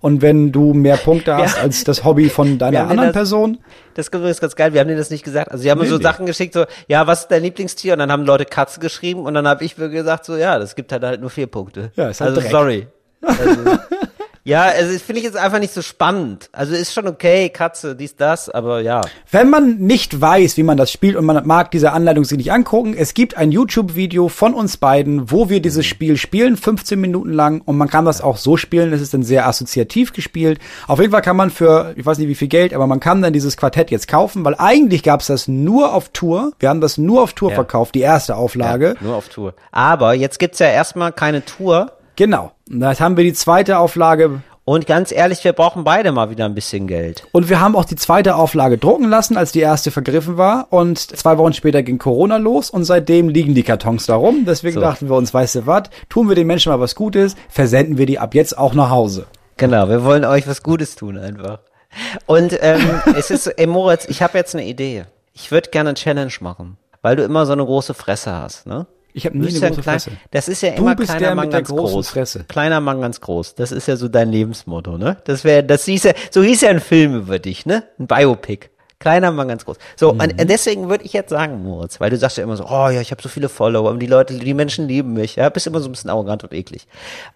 Und wenn du mehr Punkte hast als das Hobby von deiner anderen Person. Das ist ganz geil, wir haben denen das nicht gesagt. Also sie haben mir so Sachen geschickt, so, ja, was ist dein Lieblingstier? Und dann haben Leute Katze geschrieben und dann habe ich gesagt, so, ja, das gibt halt nur 4 Punkte. Ja, ist halt also Dreck. Sorry. Also, ja, also das finde ich jetzt einfach nicht so spannend. Also ist schon okay, Katze, dies, das, aber ja. Wenn man nicht weiß, wie man das spielt und man mag diese Anleitung sich nicht angucken, es gibt ein YouTube-Video von uns beiden, wo wir dieses Spiel spielen, 15 Minuten lang, und man kann das auch so spielen, es ist dann sehr assoziativ gespielt. Auf jeden Fall kann man für, ich weiß nicht wie viel Geld, aber man kann dann dieses Quartett jetzt kaufen, weil eigentlich gab es das nur auf Tour. Wir haben das nur auf Tour verkauft, die erste Auflage. Ja, nur auf Tour. Aber jetzt gibt's ja erstmal keine Tour. Genau. Und jetzt haben wir die zweite Auflage. Und ganz ehrlich, wir brauchen beide mal wieder ein bisschen Geld. Und wir haben auch die zweite Auflage drucken lassen, als die erste vergriffen war. Und 2 Wochen später ging Corona los und seitdem liegen die Kartons da rum. Deswegen dachten wir uns, weißt du was, tun wir den Menschen mal was Gutes, versenden wir die ab jetzt auch nach Hause. Genau, wir wollen euch was Gutes tun einfach. Und es ist, Moritz, ich habe jetzt eine Idee. Ich würde gerne eine Challenge machen, weil du immer so eine große Fresse hast, ne? Ich habe nie eine große Fresse. Das ist ja immer kleiner Mann ganz groß. Fresse. Kleiner Mann ganz groß. Das ist ja so dein Lebensmotto, ne? So hieß ja ein Film über dich, ne? Ein Biopic. Kleiner Mann ganz groß. So, und deswegen würde ich jetzt sagen, Moritz, weil du sagst ja immer so, oh ja, ich habe so viele Follower und die Menschen lieben mich. Ja, bist immer so ein bisschen arrogant und eklig.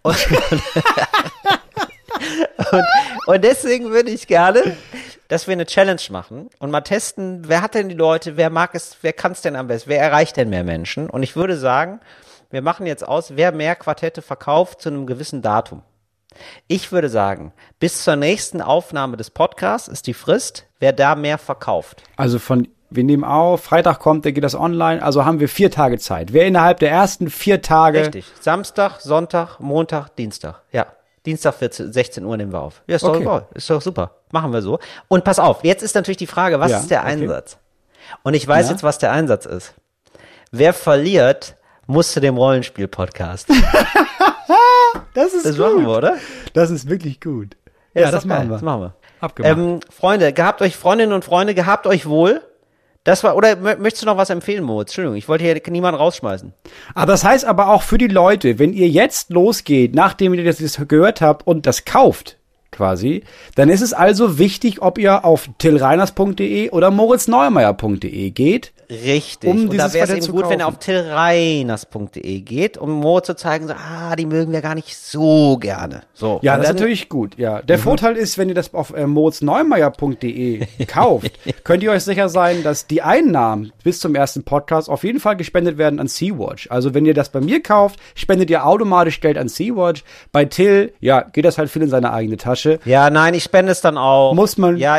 Und deswegen würde ich gerne, dass wir eine Challenge machen und mal testen, wer hat denn die Leute, wer mag es, wer kann es denn am besten, wer erreicht denn mehr Menschen? Und ich würde sagen, wir machen jetzt aus, wer mehr Quartette verkauft zu einem gewissen Datum. Ich würde sagen, bis zur nächsten Aufnahme des Podcasts ist die Frist, wer da mehr verkauft. Also wir nehmen auf, Freitag kommt, dann geht das online, also haben wir 4 Tage Zeit. Wer innerhalb der ersten 4 Tage... Richtig, Samstag, Sonntag, Montag, Dienstag, ja. Dienstag 16 Uhr nehmen wir auf. Ja, ist doch egal. Ist doch super. Machen wir so. Und pass auf, jetzt ist natürlich die Frage, was ist der Einsatz? Und ich weiß jetzt, was der Einsatz ist. Wer verliert, muss zu dem Rollenspiel-Podcast. Das ist gut. Das machen wir, oder? Das ist wirklich gut. Ja, das machen wir. Das machen wir. Abgemacht. Freunde, Freundinnen und Freunde, gehabt euch wohl. Das war, oder möchtest du noch was empfehlen, Moritz? Entschuldigung, ich wollte hier niemanden rausschmeißen. Aber das heißt aber auch für die Leute, wenn ihr jetzt losgeht, nachdem ihr das gehört habt und das kauft, quasi, dann ist es also wichtig, ob ihr auf tillreiners.de oder moritzneumeier.de geht. Richtig. Und da wäre es eben gut, wenn ihr auf tillreiners.de geht, um Moritz zu zeigen, so, die mögen wir gar nicht so gerne. So. Ja, das ist natürlich gut, ja. Der Vorteil ist, wenn ihr das auf moritzneumeier.de kauft, könnt ihr euch sicher sein, dass die Einnahmen bis zum ersten Podcast auf jeden Fall gespendet werden an Sea-Watch. Also wenn ihr das bei mir kauft, spendet ihr automatisch Geld an Sea-Watch. Bei Till, ja, geht das halt viel in seine eigene Tasche. Ja, nein, ich spende es dann auch. Muss man. Ja,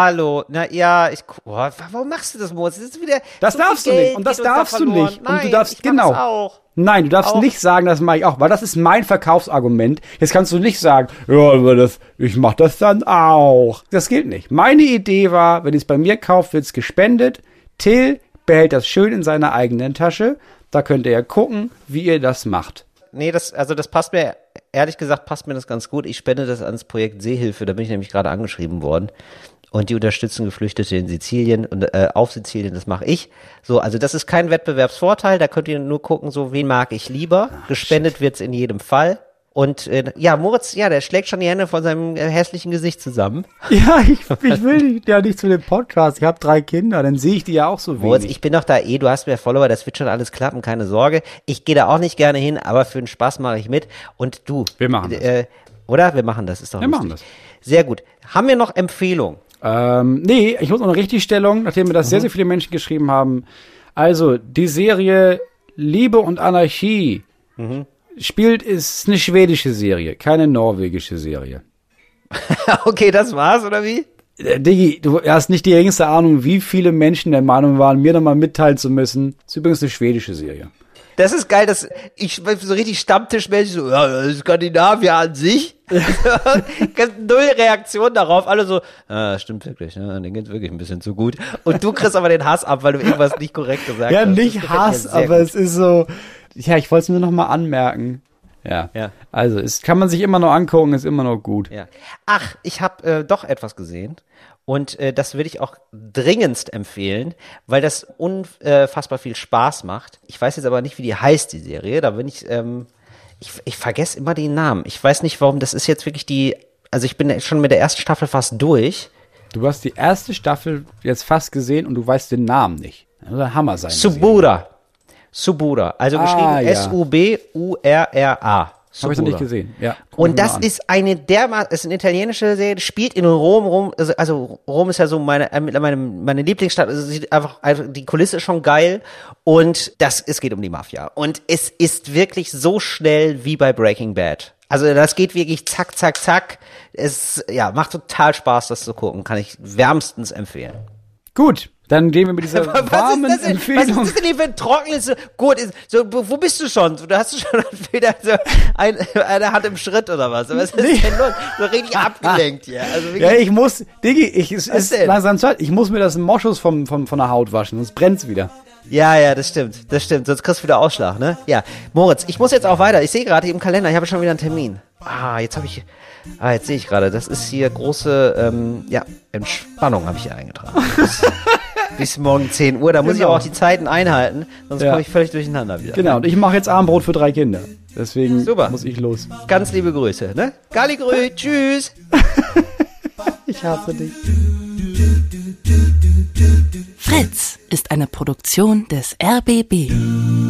warum machst du das, Moritz? Das ist wieder... Das so darfst du nicht. Und das darfst du nicht. Nein, und du darfst, genau. Auch. Nein, du darfst nicht sagen, das mache ich auch, weil das ist mein Verkaufsargument. Jetzt kannst du nicht sagen, ja, aber ich mache das dann auch. Das gilt nicht. Meine Idee war, wenn ihr es bei mir kauft, wird's gespendet. Till behält das schön in seiner eigenen Tasche. Da könnt ihr ja gucken, wie ihr das macht. Nee, das passt mir, ehrlich gesagt, passt mir das ganz gut. Ich spende das ans Projekt Seehilfe, da bin ich nämlich gerade angeschrieben worden. Und die unterstützen Geflüchtete in Sizilien und auf Sizilien, das mache ich. So, also das ist kein Wettbewerbsvorteil, da könnt ihr nur gucken, so wen mag ich lieber. Gespendet wird's in jedem Fall. Und Moritz, der schlägt schon die Hände von seinem hässlichen Gesicht zusammen. Ja, ich will ja nicht zu dem Podcast. Ich habe 3 Kinder, dann sehe ich die ja auch so wenig. Moritz, ich bin doch da du hast mehr Follower, das wird schon alles klappen, keine Sorge. Ich gehe da auch nicht gerne hin, aber für den Spaß mache ich mit. Und du. Wir machen das. Oder? Wir machen das, ist doch lustig. Wir machen das. Sehr gut. Haben wir noch Empfehlungen? Nee, ich muss noch eine Richtigstellung, nachdem mir das sehr, sehr viele Menschen geschrieben haben. Also, die Serie Liebe und Anarchie ist eine schwedische Serie, keine norwegische Serie. Okay, das war's, oder wie? Diggi, du hast nicht die geringste Ahnung, wie viele Menschen der Meinung waren, mir nochmal mitteilen zu müssen. Das ist übrigens eine schwedische Serie. Das ist geil, dass ich so richtig stammtischmäßig so, Skandinavier an sich. Null Reaktion darauf, alle so, stimmt wirklich, ne? Denen geht's wirklich ein bisschen zu gut. Und du kriegst aber den Hass ab, weil du irgendwas nicht korrekt gesagt hast. Ja, nicht Hass, aber es ist so, ja, ich wollte es nur noch mal anmerken. Ja. Also, es kann man sich immer noch angucken, ist immer noch gut. Ja. Ach, ich habe doch etwas gesehen. Und das würde ich auch dringendst empfehlen, weil das unfassbar viel Spaß macht. Ich weiß jetzt aber nicht, wie die heißt, die Serie. Da bin ich vergesse immer den Namen. Ich weiß nicht, warum. Das ist jetzt wirklich die Also ich bin schon mit der ersten Staffel fast durch. Du hast die erste Staffel jetzt fast gesehen und du weißt den Namen nicht. Das soll Hammer sein. Subura. Also geschrieben ja. Subura. Habe ich noch nicht gesehen. Ja. Und das ist ist eine italienische Serie, spielt in Rom, also Rom ist ja so meine Lieblingsstadt, also sieht einfach, die Kulisse ist schon geil und es geht um die Mafia. Und es ist wirklich so schnell wie bei Breaking Bad. Also das geht wirklich zack, zack, zack. Es, macht total Spaß, das zu gucken, kann ich wärmstens empfehlen. Gut. Dann gehen wir mit dieser warmen Empfehlung. Was ist denn hier für ein trockenes, gut, wo bist du schon? Du hast schon wieder so eine Hand im Schritt oder was? Was ist denn los? So richtig abgelenkt hier. Also ja, ich muss, Diggi, es ist langsam Zeit, ich muss mir das Moschus von der Haut waschen, sonst brennt's wieder. Ja, das stimmt, sonst kriegst du wieder Ausschlag, ne? Ja, Moritz, ich muss jetzt auch weiter, ich sehe gerade im Kalender, ich habe schon wieder einen Termin. Jetzt sehe ich gerade, das ist hier große, Entspannung habe ich hier eingetragen. Bis morgen 10 Uhr, da muss ich aber auch die Zeiten einhalten, sonst komme ich völlig durcheinander wieder. Genau, und ich mache jetzt Abendbrot für 3 Kinder. Deswegen muss ich los. Ganz liebe Grüße, ne? Galligrü, tschüss. Ich hasse dich. Fritz ist eine Produktion des RBB.